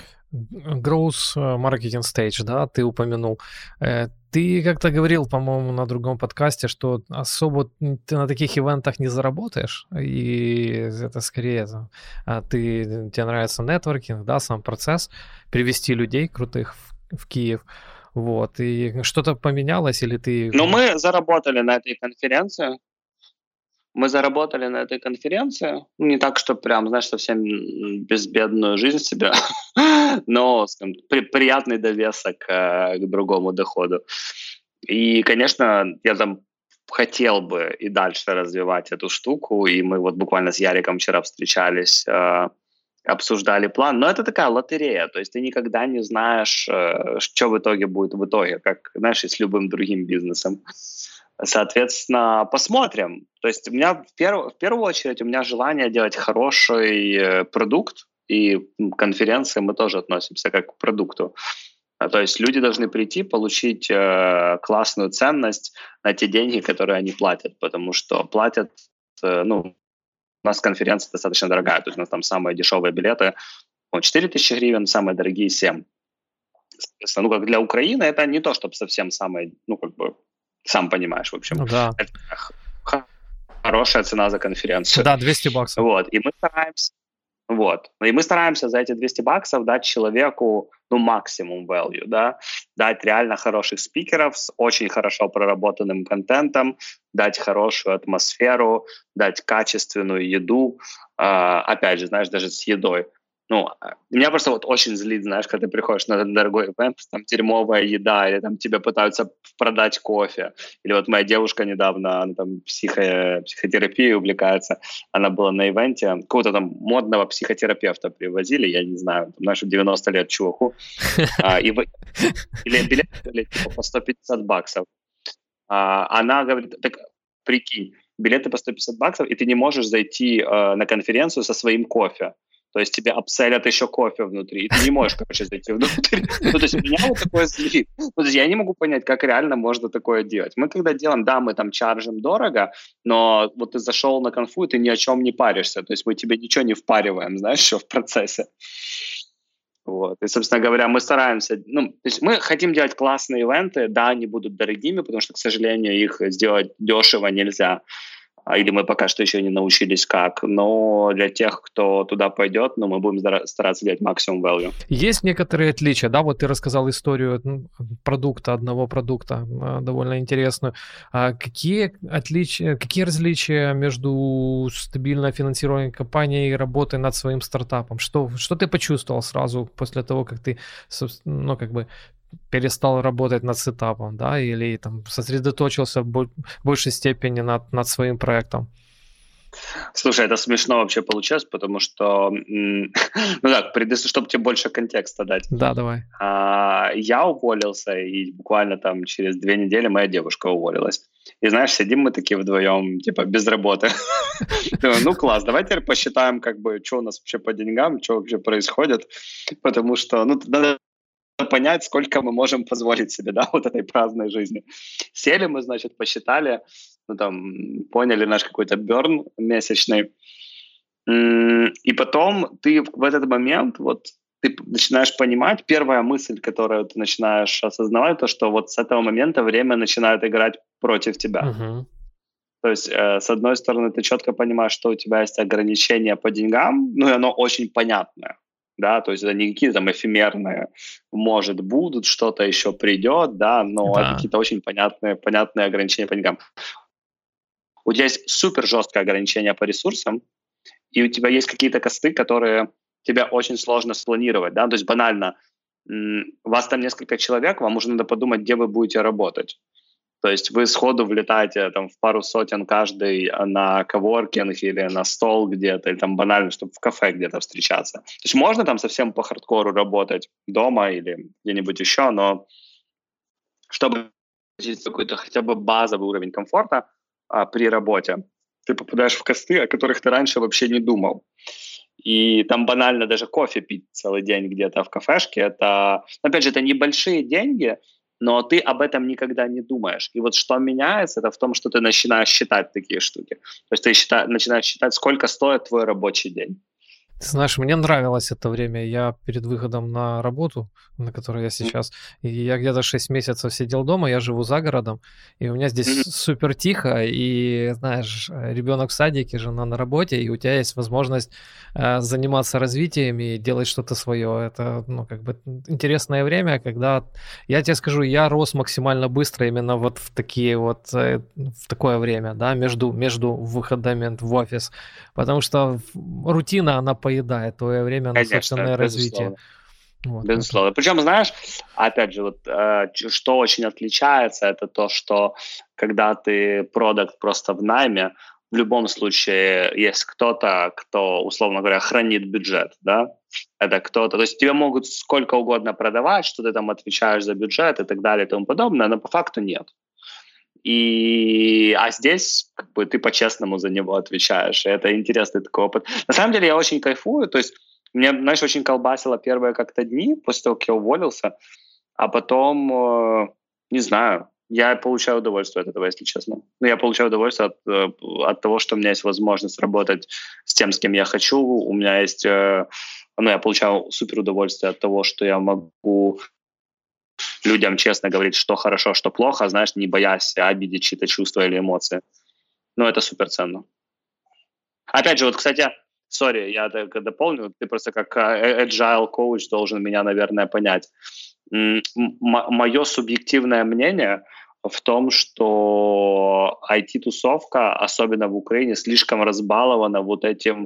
B: Growth Marketing Stage, да, ты упомянул. Ты как-то говорил, по-моему, на другом подкасте, что особо ты на таких ивентах не заработаешь, и это скорее тебе нравится нетворкинг, да, сам процесс, привести людей крутых в Киев. Вот, и что-то поменялось, или ты...
A: Ну, мы заработали на этой конференции. Ну, не так, что прям, знаешь, совсем безбедную жизнь себе, но, скажем, приятный довесок к другому доходу. И, конечно, я там хотел бы и дальше развивать эту штуку, и мы вот буквально с Яриком вчера встречались, обсуждали план, но это такая лотерея, то есть ты никогда не знаешь, что в итоге будет в итоге, как, знаешь, и с любым другим бизнесом. Соответственно, посмотрим. То есть у меня в первую очередь у меня желание делать хороший продукт, и к конференции мы тоже относимся как к продукту. То есть люди должны прийти, получить классную ценность на те деньги, которые они платят, потому что платят, ну, у нас конференция достаточно дорогая, то есть у нас там самые дешевые билеты 4 тысячи гривен, самые дорогие 7. Соответственно, ну, как для Украины это не то, чтобы совсем самые, ну, как бы, сам понимаешь, в общем.
B: Ну, да.
A: Это хорошая цена за конференцию.
B: Да, $200.
A: Вот, и мы стараемся за эти $200 дать человеку, ну, максимум value, да, дать реально хороших спикеров с очень хорошо проработанным контентом, дать хорошую атмосферу, дать качественную еду, опять же, знаешь, даже с едой. Ну, меня просто вот очень злит, знаешь, когда ты приходишь на дорогой ивент, там дерьмовая еда, или там тебе пытаются продать кофе. Или вот моя девушка недавно, она там психотерапией увлекается, она была на ивенте, какого-то там модного психотерапевта привозили, я не знаю, там, знаешь, 90 лет чуваку, или билеты типа по $150. Она говорит, так прикинь, билеты по $150, и ты не можешь зайти на конференцию со своим кофе. То есть тебе апселят еще кофе внутри, и ты не можешь, короче, зайти внутрь. Ну, то есть меня вот такое злит. Ну, то есть я не могу понять, как реально можно такое делать. Мы когда делаем, да, мы там чаржим дорого, но вот ты зашел на конфу, и ты ни о чем не паришься. То есть мы тебе ничего не впариваем, знаешь, еще в процессе. Вот. И, собственно говоря, мы стараемся, ну, то есть мы хотим делать классные ивенты, да, они будут дорогими, потому что, к сожалению, их сделать дешево нельзя. Или мы пока что еще не научились как. Но для тех, кто туда пойдет, ну, мы будем стараться делать максимум value.
B: Есть некоторые отличия, да? Вот ты рассказал историю продукта, одного продукта, довольно интересную. Какие различия между стабильно финансируемой компанией и работой над своим стартапом? Что ты почувствовал сразу после того, как ты, ну, как бы перестал работать над сетапом, да, или там сосредоточился в большей степени над своим проектом?
A: Слушай, это смешно вообще получилось, потому что, ну так, чтобы тебе больше контекста дать.
B: Да, давай.
A: Я уволился, и буквально там через 2 недели моя девушка уволилась. И знаешь, сидим мы такие вдвоем, типа, без работы. Думаю, ну класс, давай теперь посчитаем, как бы, что у нас вообще по деньгам, что вообще происходит, потому что, ну, надо понять, сколько мы можем позволить себе, да, вот этой праздной жизни. Сели мы, значит, посчитали, ну, там, поняли наш какой-то бёрн месячный. И потом ты в этот момент, вот, ты начинаешь понимать, первая мысль, которую ты начинаешь осознавать, то, что вот с этого момента время начинает играть против тебя.
B: Угу.
A: То есть, с одной стороны, ты четко понимаешь, что у тебя есть ограничения по деньгам, ну, и оно очень понятное. Да, то есть это не какие-то там эфемерные, может, будут, что-то еще придет, да, но
B: Да.
A: это какие-то очень понятные ограничения по деньгам. У тебя есть супер жесткое ограничение по ресурсам, и у тебя есть какие-то косты, которые тебе очень сложно спланировать, да, то есть банально, вас там несколько человек, вам уже надо подумать, где вы будете работать. То есть вы сходу влетаете там в пару сотен каждый на коворкинг или на стол где-то, или там банально, чтобы в кафе где-то встречаться. То есть можно там совсем по хардкору работать дома или где-нибудь еще, но чтобы получить какой-то хотя бы базовый уровень комфорта при работе, ты попадаешь в косты, о которых ты раньше вообще не думал. И там банально даже кофе пить целый день где-то в кафешке, это, опять же, это небольшие деньги, но ты об этом никогда не думаешь. И вот что меняется, это в том, что ты начинаешь считать такие штуки. То есть ты начинаешь считать, сколько стоит твой рабочий день.
B: Ты знаешь, мне нравилось это время. Я перед выходом на работу, на которой я сейчас, и я где-то 6 месяцев сидел дома, я живу за городом, и у меня здесь супер тихо, и, знаешь, ребенок в садике, жена на работе, и у тебя есть возможность заниматься развитием и делать что-то свое. Это, ну, как бы интересное время, когда, я тебе скажу, я рос максимально быстро именно вот в такие вот, в такое время, да, между выходами в офис, потому что рутина, она поедает твое время на собственное развитие.
A: Вот, безусловно. Причем, знаешь, опять же, вот что очень отличается, это то, что когда ты продакт просто в найме, в любом случае есть кто-то, кто, условно говоря, хранит бюджет, да? Это кто-то, то есть тебе могут сколько угодно продавать, что ты там отвечаешь за бюджет и так далее и тому подобное, но по факту нет. А здесь как бы ты по-честному за него отвечаешь. И это интересный такой опыт. На самом деле я очень кайфую. То есть мне, знаешь, очень колбасило первые как-то дни после того, как я уволился. А потом, не знаю, я получаю удовольствие от этого, если честно. Ну, я получаю удовольствие от того, что у меня есть возможность работать с тем, с кем я хочу. У меня есть... я получаю супер удовольствие от того, что я могу людям честно говорить, что хорошо, что плохо, знаешь, не боясь обидеть чьи-то чувства или эмоции. Ну, это супер ценно. Опять же, вот, кстати, сори, я дополню, ты просто как agile coach должен меня, наверное, понять. Мое субъективное мнение в том, что IT-тусовка, особенно в Украине, слишком разбалована вот этим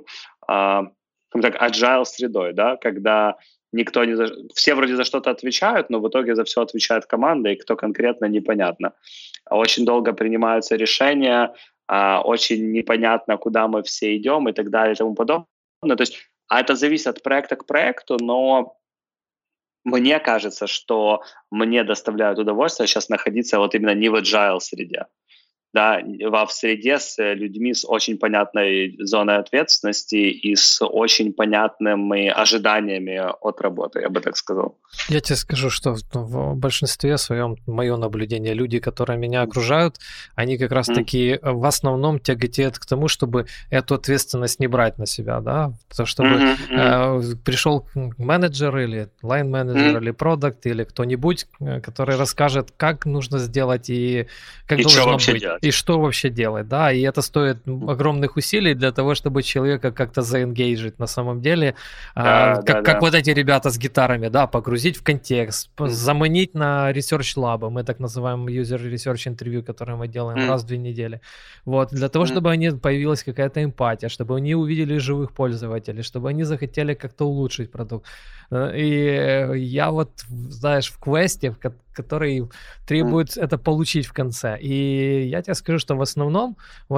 A: agile средой, да, когда никто все вроде за что-то отвечают, но в итоге за все отвечает команда, и кто конкретно, непонятно. Очень долго принимаются решения, очень непонятно, куда мы все идем и так далее и тому подобное. То есть, это зависит от проекта к проекту, но мне кажется, что мне доставляет удовольствие сейчас находиться вот именно не в agile среде, да, в среде с людьми с очень понятной зоной ответственности и с очень понятными ожиданиями от работы, я бы так сказал.
B: Я тебе скажу, что в большинстве своем, мое наблюдение, люди, которые меня окружают, они как раз-таки в основном тяготеют к тому, чтобы эту ответственность не брать на себя, да, то, чтобы пришел менеджер или лайн-менеджер или продакт или кто-нибудь, который расскажет, как нужно сделать и как должно быть.
A: Делать.
B: И что вообще делать, да, и это стоит огромных усилий для того, чтобы человека как-то заэнгейджить на самом деле, как вот эти ребята с гитарами, да, погрузить в контекст, заманить на Research Lab, мы так называем user research интервью, которое мы делаем раз в 2 недели, вот, для того, чтобы появилась какая-то эмпатия, чтобы они увидели живых пользователей, чтобы они захотели как-то улучшить продукт. И я вот, знаешь, в квесте, который требует это получить в конце. И я тебе скажу, что в основном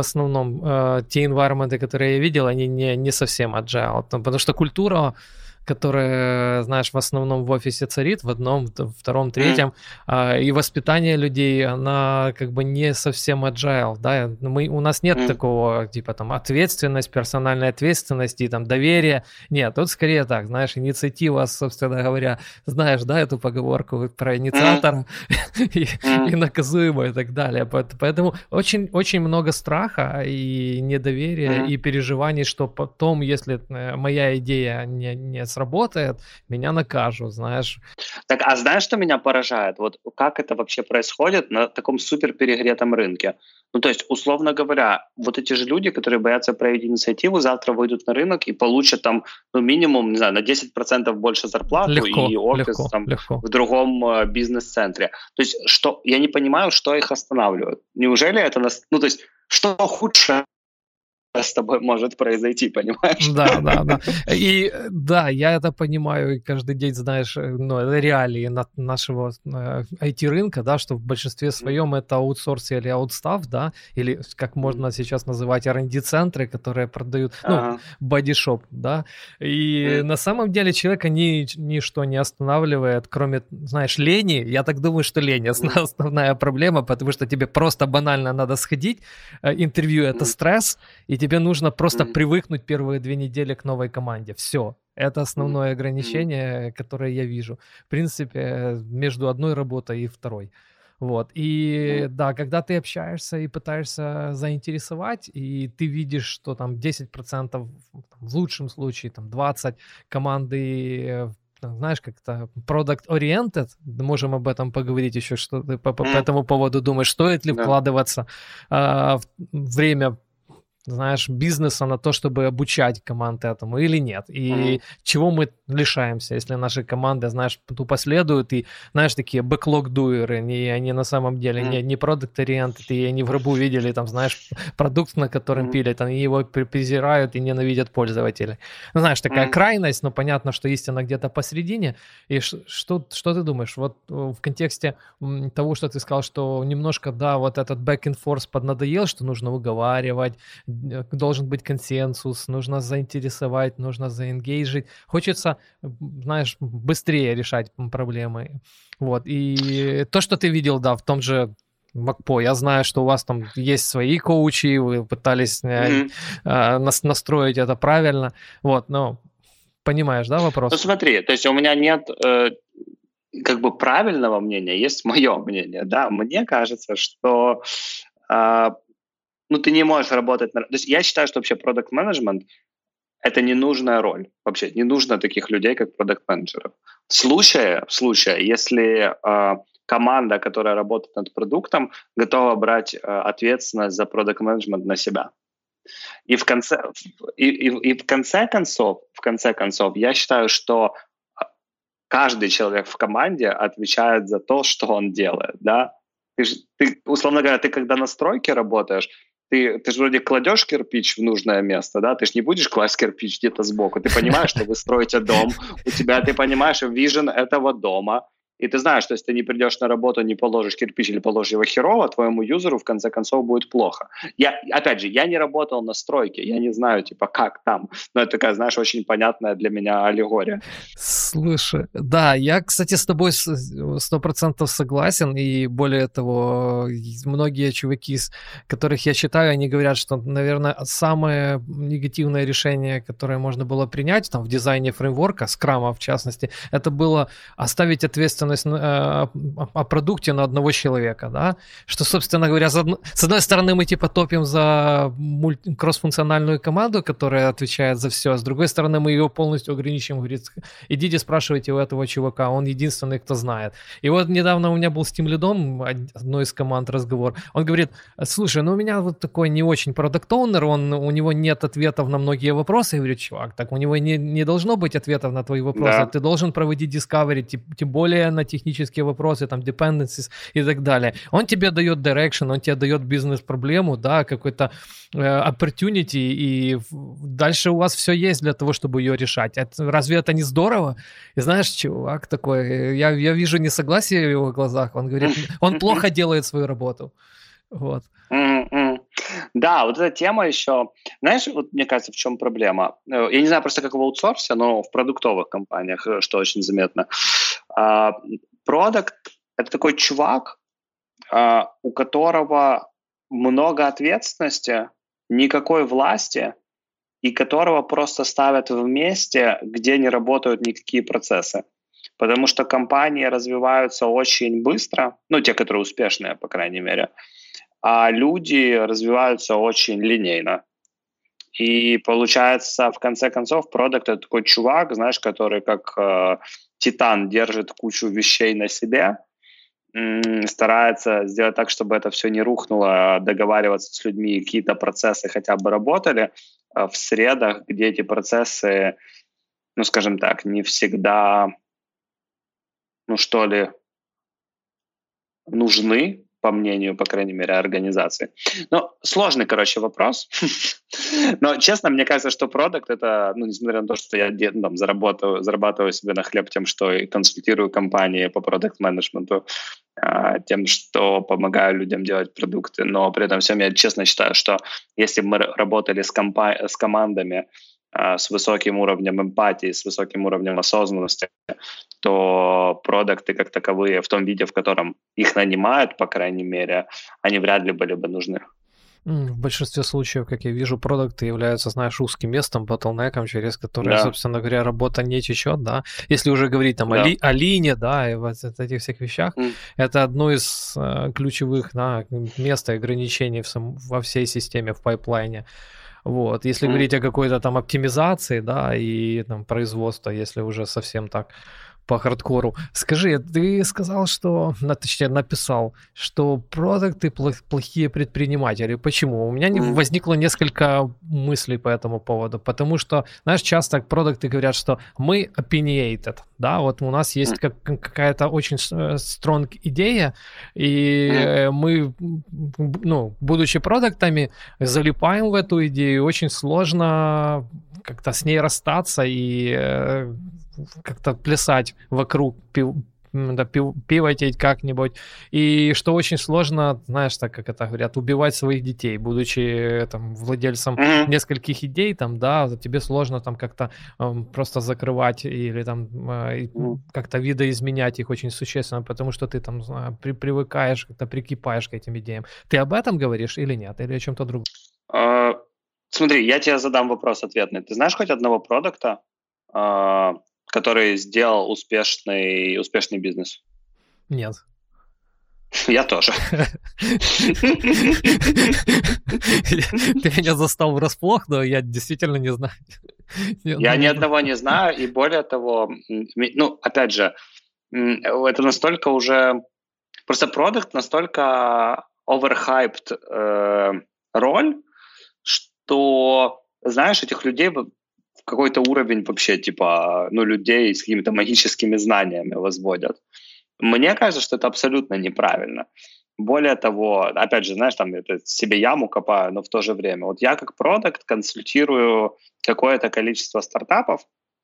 B: те environment, которые я видел, они не совсем agile, потому что культура, которая, знаешь, в основном в офисе царит, в одном, втором, третьем, и воспитание людей, она как бы не совсем agile, да, у нас нет такого, типа, там, ответственность, персональной ответственности, там, доверия, нет, тут скорее так, знаешь, инициатива, собственно говоря, знаешь, да, эту поговорку про инициатора и наказуемого и так далее, поэтому очень, очень много страха и недоверия, и переживаний, что потом, если моя идея не сработает, меня накажут, знаешь.
A: Так, а знаешь, что меня поражает? Вот как это вообще происходит на таком супер перегретом рынке? Ну, то есть, условно говоря, вот эти же люди, которые боятся проявить инициативу, завтра выйдут на рынок и получат там, ну, минимум, не знаю, на 10% больше зарплату и офис в другом бизнес-центре. То есть, что я не понимаю, что их останавливает. Неужели это ну, то есть, что худшее с тобой может произойти, понимаешь?
B: Да. И да, я это понимаю, и каждый день, знаешь, ну, это реалии нашего IT-рынка, да, что в большинстве своем это аутсорс или аутстаф, да, или как можно сейчас называть R&D-центры, которые продают, ну, бодишоп, да, и на самом деле человека ничто не останавливает, кроме, знаешь, лени. Я так думаю, что лень основная проблема, потому что тебе просто банально надо сходить, интервью — это стресс, и тебе нужно просто привыкнуть первые 2 недели к новой команде. Все. Это основное ограничение, которое я вижу. В принципе, между одной работой и второй. Вот. И да, когда ты общаешься и пытаешься заинтересовать, и ты видишь, что там 10%, в лучшем случае там 20% команды, знаешь, как-то product-oriented, можем об этом поговорить еще, что ты по этому поводу думаешь, стоит ли вкладываться в время, знаешь, бизнеса на то, чтобы обучать команды этому или нет. И чего мы лишаемся, если наши команды, знаешь, тупо следуют и, знаешь, такие backlog-дуеры, и они на самом деле не product-oriented, и они в гробу видели, там, знаешь, продукт, на котором пилят, они его презирают и ненавидят пользователей. Ну, знаешь, такая крайность, но понятно, что истина где-то посередине. И что ты думаешь? Вот в контексте того, что ты сказал, что немножко, да, вот этот back and forth поднадоел, что нужно уговаривать, должен быть консенсус, нужно заинтересовать, нужно заэнгейджить. Хочется, знаешь, быстрее решать проблемы. Вот. И то, что ты видел, да, в том же МакПо, я знаю, что у вас там есть свои коучи, вы пытались настроить это правильно. Вот, но понимаешь, да, вопрос?
A: Ну смотри, то есть у меня нет как бы правильного мнения, есть мое мнение, да. Мне кажется, что ну, ты не можешь работать... То есть я считаю, что вообще продакт-менеджмент — это ненужная роль. Вообще не нужно таких людей, как продакт-менеджеров. В случае, если команда, которая работает над продуктом, готова брать ответственность за продакт-менеджмент на себя. И в конце концов, я считаю, что каждый человек в команде отвечает за то, что он делает, да? Ты, условно говоря, ты когда на стройке работаешь, ты же вроде кладешь кирпич в нужное место, да? Ты же не будешь класть кирпич где-то сбоку. Ты понимаешь, что вы строите дом, у тебя, ты понимаешь вижен этого дома, и ты знаешь, что если ты не придешь на работу, не положишь кирпич или положишь его херово, твоему юзеру в конце концов будет плохо. Опять же, я не работал на стройке, я не знаю, типа, как там. Но это такая, знаешь, очень понятная для меня аллегория.
B: Слушай, да, я, кстати, с тобой 100% согласен, и более того, многие чуваки, которых я читаю, они говорят, что, наверное, самое негативное решение, которое можно было принять там в дизайне фреймворка, скрама в частности, это было оставить ответственность о продукте на одного человека, да, что, собственно говоря, с одной стороны мы типа топим за кроссфункциональную команду, которая отвечает за все, а с другой стороны мы ее полностью ограничим, говорит, идите спрашивайте у этого чувака, он единственный, кто знает. И вот недавно у меня был с тимлидом одной из команд разговор, он говорит, слушай, ну у меня вот такой не очень продакт-оунер, у него нет ответов на многие вопросы, я говорю, чувак, так у него не должно быть ответов на твои вопросы, да. Ты должен проводить discovery, тем более функционально-технические вопросы, там, dependencies и так далее. Он тебе дает direction, он тебе дает бизнес-проблему, да, какой-то opportunity, и дальше у вас все есть для того, чтобы ее решать. Разве это не здорово? И знаешь, чувак такой, я вижу несогласие в его глазах, он говорит, он плохо делает свою работу. Вот.
A: Да, вот эта тема еще, знаешь, вот мне кажется, в чем проблема? Я не знаю просто как в аутсорсе, но в продуктовых компаниях, что очень заметно. Продакт — это такой чувак, у которого много ответственности, никакой власти, и которого просто ставят в месте, где не работают никакие процессы. Потому что компании развиваются очень быстро, ну, те, которые успешные, по крайней мере, а люди развиваются очень линейно. И получается, в конце концов, продакт — это такой чувак, знаешь, который как титан держит кучу вещей на себе, старается сделать так, чтобы это все не рухнуло, договариваться с людьми, какие-то процессы хотя бы работали в средах, где эти процессы, ну, скажем так, не всегда, ну, что ли, нужны, по мнению, по крайней мере, организации. Ну, сложный, короче, вопрос. Но, честно, мне кажется, что продакт — это, ну, несмотря на то, что я там зарабатываю себе на хлеб тем, что и консультирую компании по продакт-менеджменту, тем, что помогаю людям делать продукты, но при этом всем я честно считаю, что если бы мы работали с командами с высоким уровнем эмпатии, с высоким уровнем осознанности, то продукты как таковые в том виде, в котором их нанимают, по крайней мере, они вряд ли были бы нужны.
B: В большинстве случаев, как я вижу, продукты являются, знаешь, узким местом, ботлнеком, через который, собственно говоря, работа не течет, да. Если уже говорить там о лине, да, и вот этих всех вещах, это одно из ключевых, да, мест и ограничений во всей системе, в пайплайне. Вот, если говорить о какой-то там оптимизации, да, и там производства, если уже совсем так по хардкору. Скажи, ты сказал, что, точнее, написал, что продукты плохие предприниматели. Почему? У меня возникло несколько мыслей по этому поводу, потому что, знаешь, часто продукты говорят, что мы opinionated, да, вот у нас есть какая-то очень strong идея, и мы, ну, будучи продуктами, залипаем в эту идею, очень сложно как-то с ней расстаться и как-то плясать вокруг, пивотеть как-нибудь. И что очень сложно, знаешь, так как это говорят, убивать своих детей, будучи там владельцем нескольких идей, там, да, тебе сложно там как-то просто закрывать или там как-то видоизменять их очень существенно, потому что ты там привыкаешь, как-то прикипаешь к этим идеям. Ты об этом говоришь или нет? Или о чем-то другом?
A: Смотри, я тебе задам вопрос ответный. Ты знаешь хоть одного продукта, который сделал успешный бизнес?
B: Нет.
A: Я тоже.
B: Ты меня застал врасплох, но я действительно не знаю.
A: Я ни одного не знаю, и более того, ну, опять же, это настолько уже... Просто продукт настолько overhyped роль, что, знаешь, этих людей в какой-то уровень вообще, типа, ну, людей с какими-то магическими знаниями возводят. Мне кажется, что это абсолютно неправильно. Более того, опять же, знаешь, там это себе яму копаю, но в то же время. Вот я как продакт консультирую какое-то количество стартапов,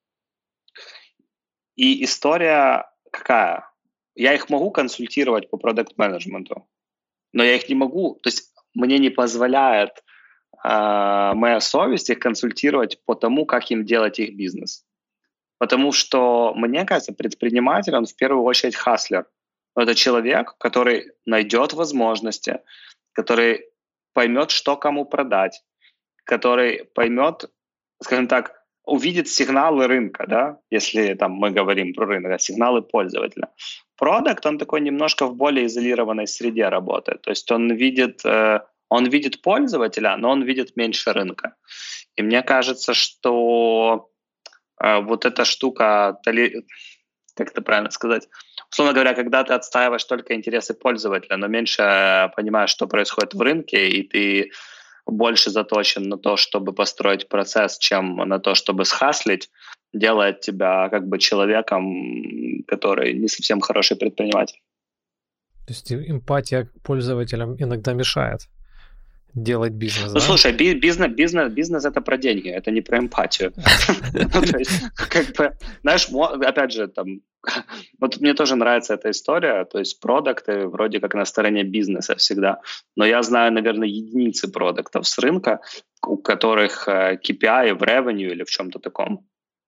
A: и история какая? Я их могу консультировать по продакт-менеджменту, но я их не могу, то есть мне не позволяет моя совесть их консультировать по тому, как им делать их бизнес. Потому что, мне кажется, предприниматель, он в первую очередь хаслер. Это человек, который найдет возможности, который поймет, что кому продать, который поймет, скажем так, увидит сигналы рынка, да, если там мы говорим про рынок, сигналы пользователя. Продакт, он такой немножко в более изолированной среде работает. То есть он видит пользователя, но он видит меньше рынка. И мне кажется, что вот эта штука, как это правильно сказать, условно говоря, когда ты отстаиваешь только интересы пользователя, но меньше понимаешь, что происходит в рынке, и ты больше заточен на то, чтобы построить процесс, чем на то, чтобы схаслить, делает тебя как бы человеком, который не совсем хороший предприниматель.
B: То есть эмпатия к пользователям иногда мешает делать бизнес,
A: Ну, слушай, бизнес это про деньги, это не про эмпатию. То есть, как бы, знаешь, опять же, там, вот мне тоже нравится эта история, то есть продукты вроде как на стороне бизнеса всегда, но я знаю, наверное, единицы продуктов с рынка, у которых KPI в revenue или в чем-то таком.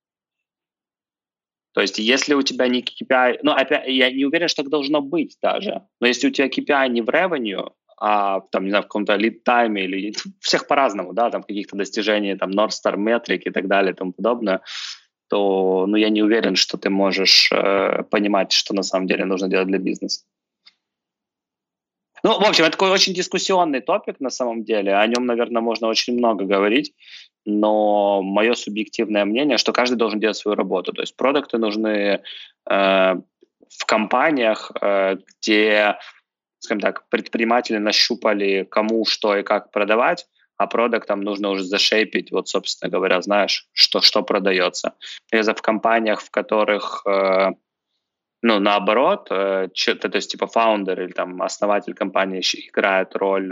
A: То есть если у тебя не KPI, ну, опять, я не уверен, что так должно быть даже, но если у тебя KPI не в revenue, а там, не знаю, в каком-то lead time или всех по-разному, да, там каких-то достижений, там North Star Metric и так далее и тому подобное, то, ну, я не уверен, что ты можешь понимать, что на самом деле нужно делать для бизнеса. Ну, в общем, это такой очень дискуссионный топик на самом деле, о нем, наверное, можно очень много говорить, но мое субъективное мнение, что каждый должен делать свою работу, то есть продукты нужны в компаниях, где, скажем так, предприниматели нащупали, кому, что и как продавать, а продуктам нужно уже зашейпить, вот, собственно говоря, знаешь, что продается. И в компаниях, в которых, ну, наоборот, то есть, типа, фаундер или там основатель компании играет роль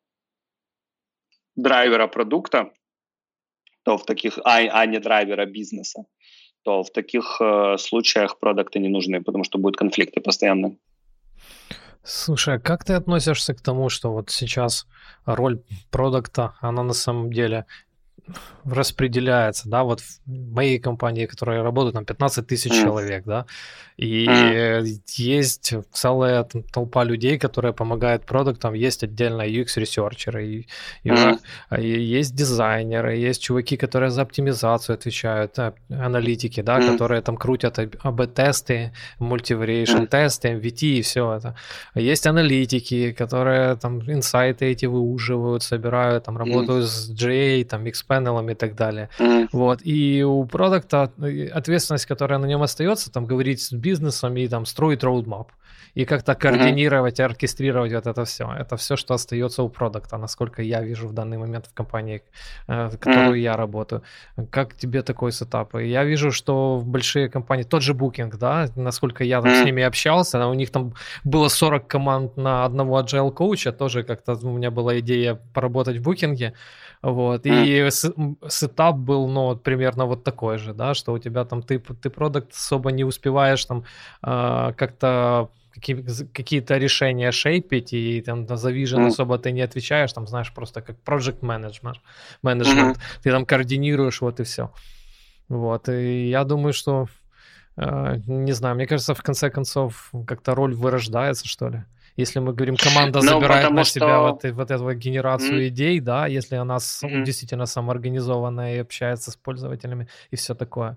A: драйвера продукта, то в таких, а не драйвера бизнеса, то в таких случаях продукты не нужны, потому что будут конфликты постоянно.
B: Слушай, а как ты относишься к тому, что вот сейчас роль продукта, она на самом деле распределяется, да, вот в моей компании, в которой я работаю, там 15 тысяч человек, да, и есть целая толпа людей, которые помогают продуктам, есть отдельно UX-ресерчеры, и есть дизайнеры, есть чуваки, которые за оптимизацию отвечают, аналитики, да, которые там крутят АБ-тесты, мультивариейшн-тесты, MVT и все это. Есть аналитики, которые там инсайты эти выуживают, собирают, там работают с GA, там, X-панелом и так далее. Вот. И у продукта ответственность, которая на нем остается, там, говорить с бизнесом и там строить роудмап. И как-то координировать, оркестрировать вот это все. Это все, что остается у продукта, насколько я вижу в данный момент в компании, в которую я работаю. Как тебе такой сетап? Я вижу, что в большие компании, тот же Booking, да, насколько я там с ними общался, у них там было 40 команд на одного agile коуча, тоже как-то у меня была идея поработать в Booking. Вот, и сетап был, ну, вот, примерно вот такой же, да, что у тебя там ты продукт особо не успеваешь там как-то какие-то решения шейпить, и там за vision особо ты не отвечаешь, там, знаешь, просто как project management, ты там координируешь, вот и все. Вот, и я думаю, что, не знаю, мне кажется, в конце концов как-то роль вырождается, что ли. Если мы говорим, команда забирает на себя вот эту генерацию идей, да, если она действительно самоорганизованная и общается с пользователями и все такое.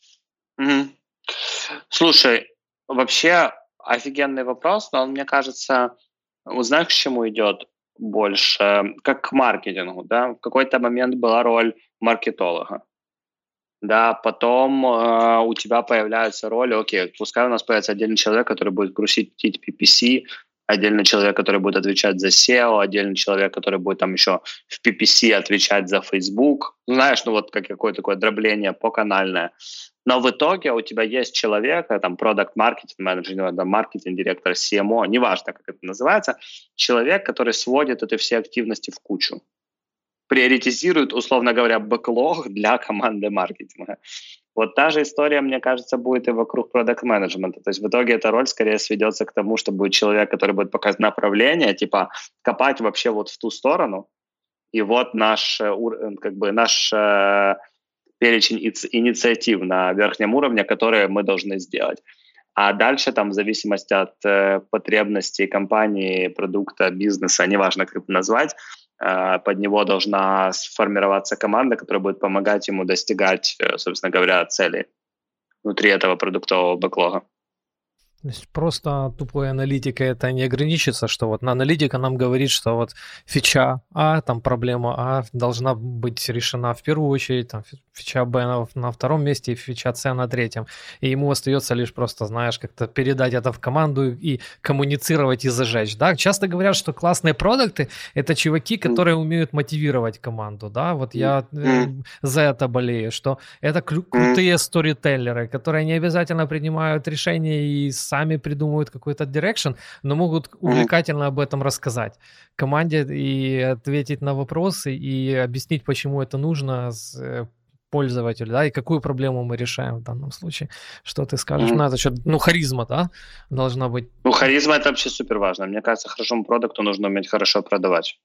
A: Слушай, вообще офигенный вопрос, но он, мне кажется, знаешь, к чему идет больше? Как к маркетингу, да? В какой-то момент была роль маркетолога. Да, потом у тебя появляется роль, окей, пускай у нас появится отдельный человек, который будет грузить PPC, отдельный человек, который будет отвечать за SEO, отдельный человек, который будет там еще в PPC отвечать за Facebook. Знаешь, ну вот как какое-то такое дробление поканальное. Но в итоге у тебя есть человек, там, продакт-маркетинг менеджер, маркетинг-директор, CMO, неважно, как это называется, человек, который сводит эти все активности в кучу. Приоритизирует, условно говоря, бэклог для команды маркетинга. Вот та же история, мне кажется, будет и вокруг продакт-менеджмента. То есть в итоге эта роль скорее сведется к тому, что будет человек, который будет показывать направление, типа копать вообще вот в ту сторону. И вот наш перечень инициатив на верхнем уровне, которые мы должны сделать. А дальше там в зависимости от потребностей компании, продукта, бизнеса, неважно, как это назвать, под него должна сформироваться команда, которая будет помогать ему достигать, собственно говоря, целей внутри этого продуктового бэклога.
B: То есть просто тупой аналитикой это не ограничится, что вот аналитика нам говорит, что вот фича А, там проблема А должна быть решена в первую очередь, там фича Б на втором месте и фича С на третьем. И ему остается лишь просто, знаешь, как-то передать это в команду и коммуницировать и зажечь, да. Часто говорят, что классные продукты — это чуваки, которые умеют мотивировать команду, да. Вот я за это болею, что это крутые сторителлеры, которые не обязательно принимают решения и сами придумывают какой-то дирекшн, но могут увлекательно об этом рассказать команде и ответить на вопросы и объяснить, почему это нужно пользователю, да, и какую проблему мы решаем в данном случае. Что ты скажешь? Ну, это что, харизма, да, должна быть.
A: Ну, харизма — это вообще супер важно. Мне кажется, хорошему продукту нужно уметь хорошо продавать.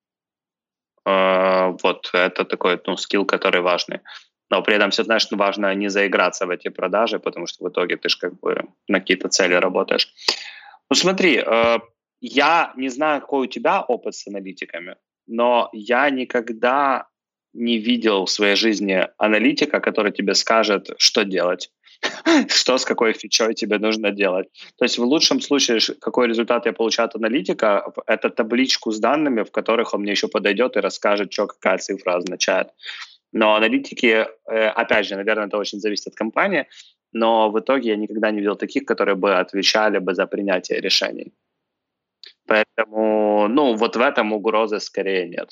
A: Вот, это такой, скилл, который важный. Но при этом все, знаешь, важно не заиграться в эти продажи, потому что в итоге ты же как бы на какие-то цели работаешь. Ну, смотри, я не знаю, какой у тебя опыт с аналитиками, но я никогда не видел в своей жизни аналитика, который тебе скажет, что делать, что с какой фичой тебе нужно делать. То есть в лучшем случае, какой результат я получаю от аналитика, это табличку с данными, в которых он мне еще подойдет и расскажет, что какая цифра означает. Но аналитики, опять же, наверное, это очень зависит от компании, но в итоге я никогда не видел таких, которые бы отвечали бы за принятие решений. Поэтому, вот в этом угрозы скорее нет.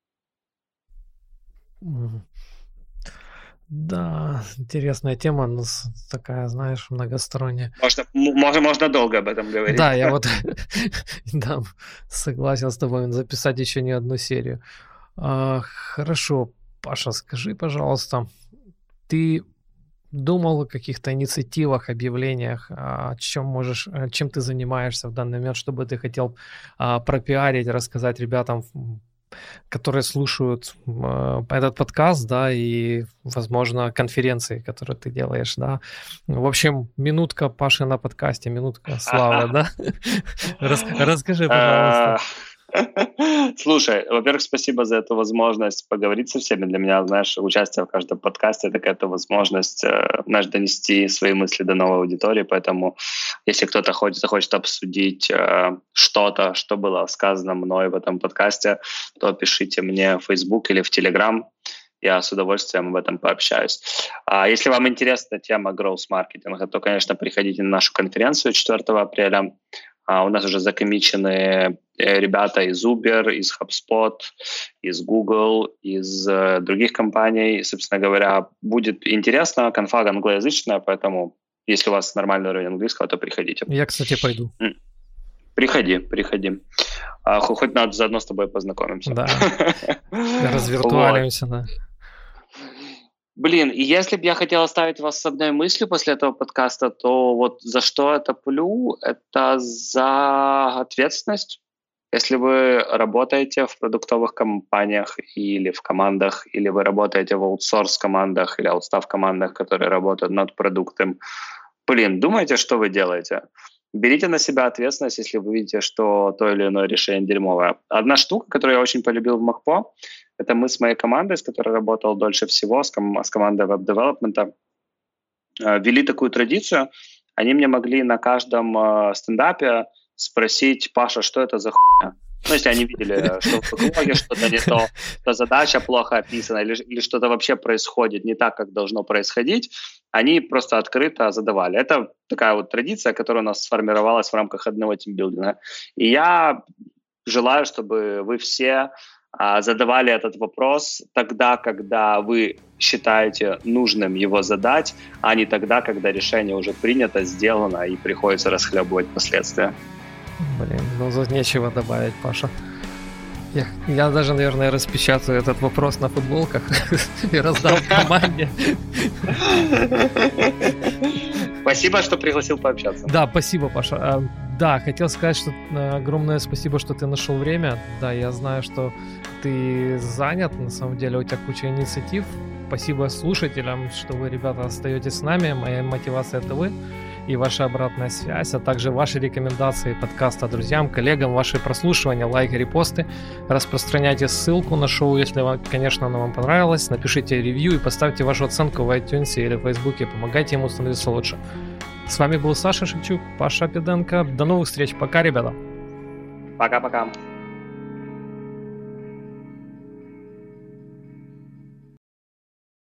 B: Да, интересная тема, но такая, знаешь, многосторонняя.
A: Можно долго об этом говорить.
B: Да, я вот согласен с тобой записать еще не одну серию. Хорошо, Паша, скажи, пожалуйста, ты думал о каких-то инициативах, объявлениях, чем ты занимаешься в данный момент, чтобы ты хотел пропиарить, рассказать ребятам, которые слушают этот подкаст, да, и, возможно, конференции, которые ты делаешь, да. В общем, минутка Паши на подкасте, минутка славы, да? Расскажи, пожалуйста.
A: Слушай, во-первых, спасибо за эту возможность поговорить со всеми. Для меня, знаешь, участие в каждом подкасте — это какая-то возможность, знаешь, донести свои мысли до новой аудитории. Поэтому, если кто-то захочет обсудить что-то, что было сказано мной в этом подкасте, то пишите мне в Facebook или в Telegram. Я с удовольствием об этом пообщаюсь. Если вам интересна тема growth-маркетинга, то, конечно, приходите на нашу конференцию 4 апреля. У нас уже закоммичены ребята из Uber, из HubSpot, из Google, из других компаний. Собственно говоря, будет интересно. Конфа англоязычная, поэтому если у вас нормальный уровень английского, то приходите.
B: Я, кстати, пойду.
A: Приходи. Хоть заодно с тобой познакомимся.
B: Да, развиртуалимся, да.
A: Блин, и если бы я хотел оставить вас с одной мыслью после этого подкаста, то вот за что это плю? Это за ответственность. Если вы работаете в продуктовых компаниях или в командах, или вы работаете в аутсорс-командах или аутстав-командах, которые работают над продуктом, думайте, что вы делаете. Берите на себя ответственность, если вы видите, что то или иное решение дерьмовое. Одна штука, которую я очень полюбил в МахПо, это мы с моей командой, с которой работал дольше всего, с командой веб-девелопмента, ввели такую традицию. Они мне могли на каждом стендапе спросить: Паша, что это за хуйня? Если они видели, что в бэклоге что-то не то, что задача плохо описана или что-то вообще происходит не так, как должно происходить, они просто открыто задавали. Это такая вот традиция, которая у нас сформировалась в рамках одного тимбилдинга. И я желаю, чтобы вы все задавали этот вопрос тогда, когда вы считаете нужным его задать, а не тогда, когда решение уже принято, сделано и приходится расхлебывать последствия.
B: Тут нечего добавить, Паша. Я даже, наверное, распечатаю этот вопрос на футболках и раздам команде.
A: Спасибо, что пригласил пообщаться.
B: Да, спасибо, Паша. Да, хотел сказать, что огромное спасибо, что ты нашел время. Да, я знаю, что ты занят, на самом деле у тебя куча инициатив. Спасибо слушателям, что вы, ребята, остаетесь с нами. Моя мотивация — это вы и ваша обратная связь, а также ваши рекомендации подкаста друзьям, коллегам, ваши прослушивания, лайки, репосты. Распространяйте ссылку на шоу, если, конечно, оно вам понравилось. Напишите ревью и поставьте вашу оценку в iTunes или в Фейсбуке. Помогайте ему становиться лучше. С вами был Саша Шевчук, Паша Педенко. До новых встреч. Пока, ребята.
A: Пока-пока.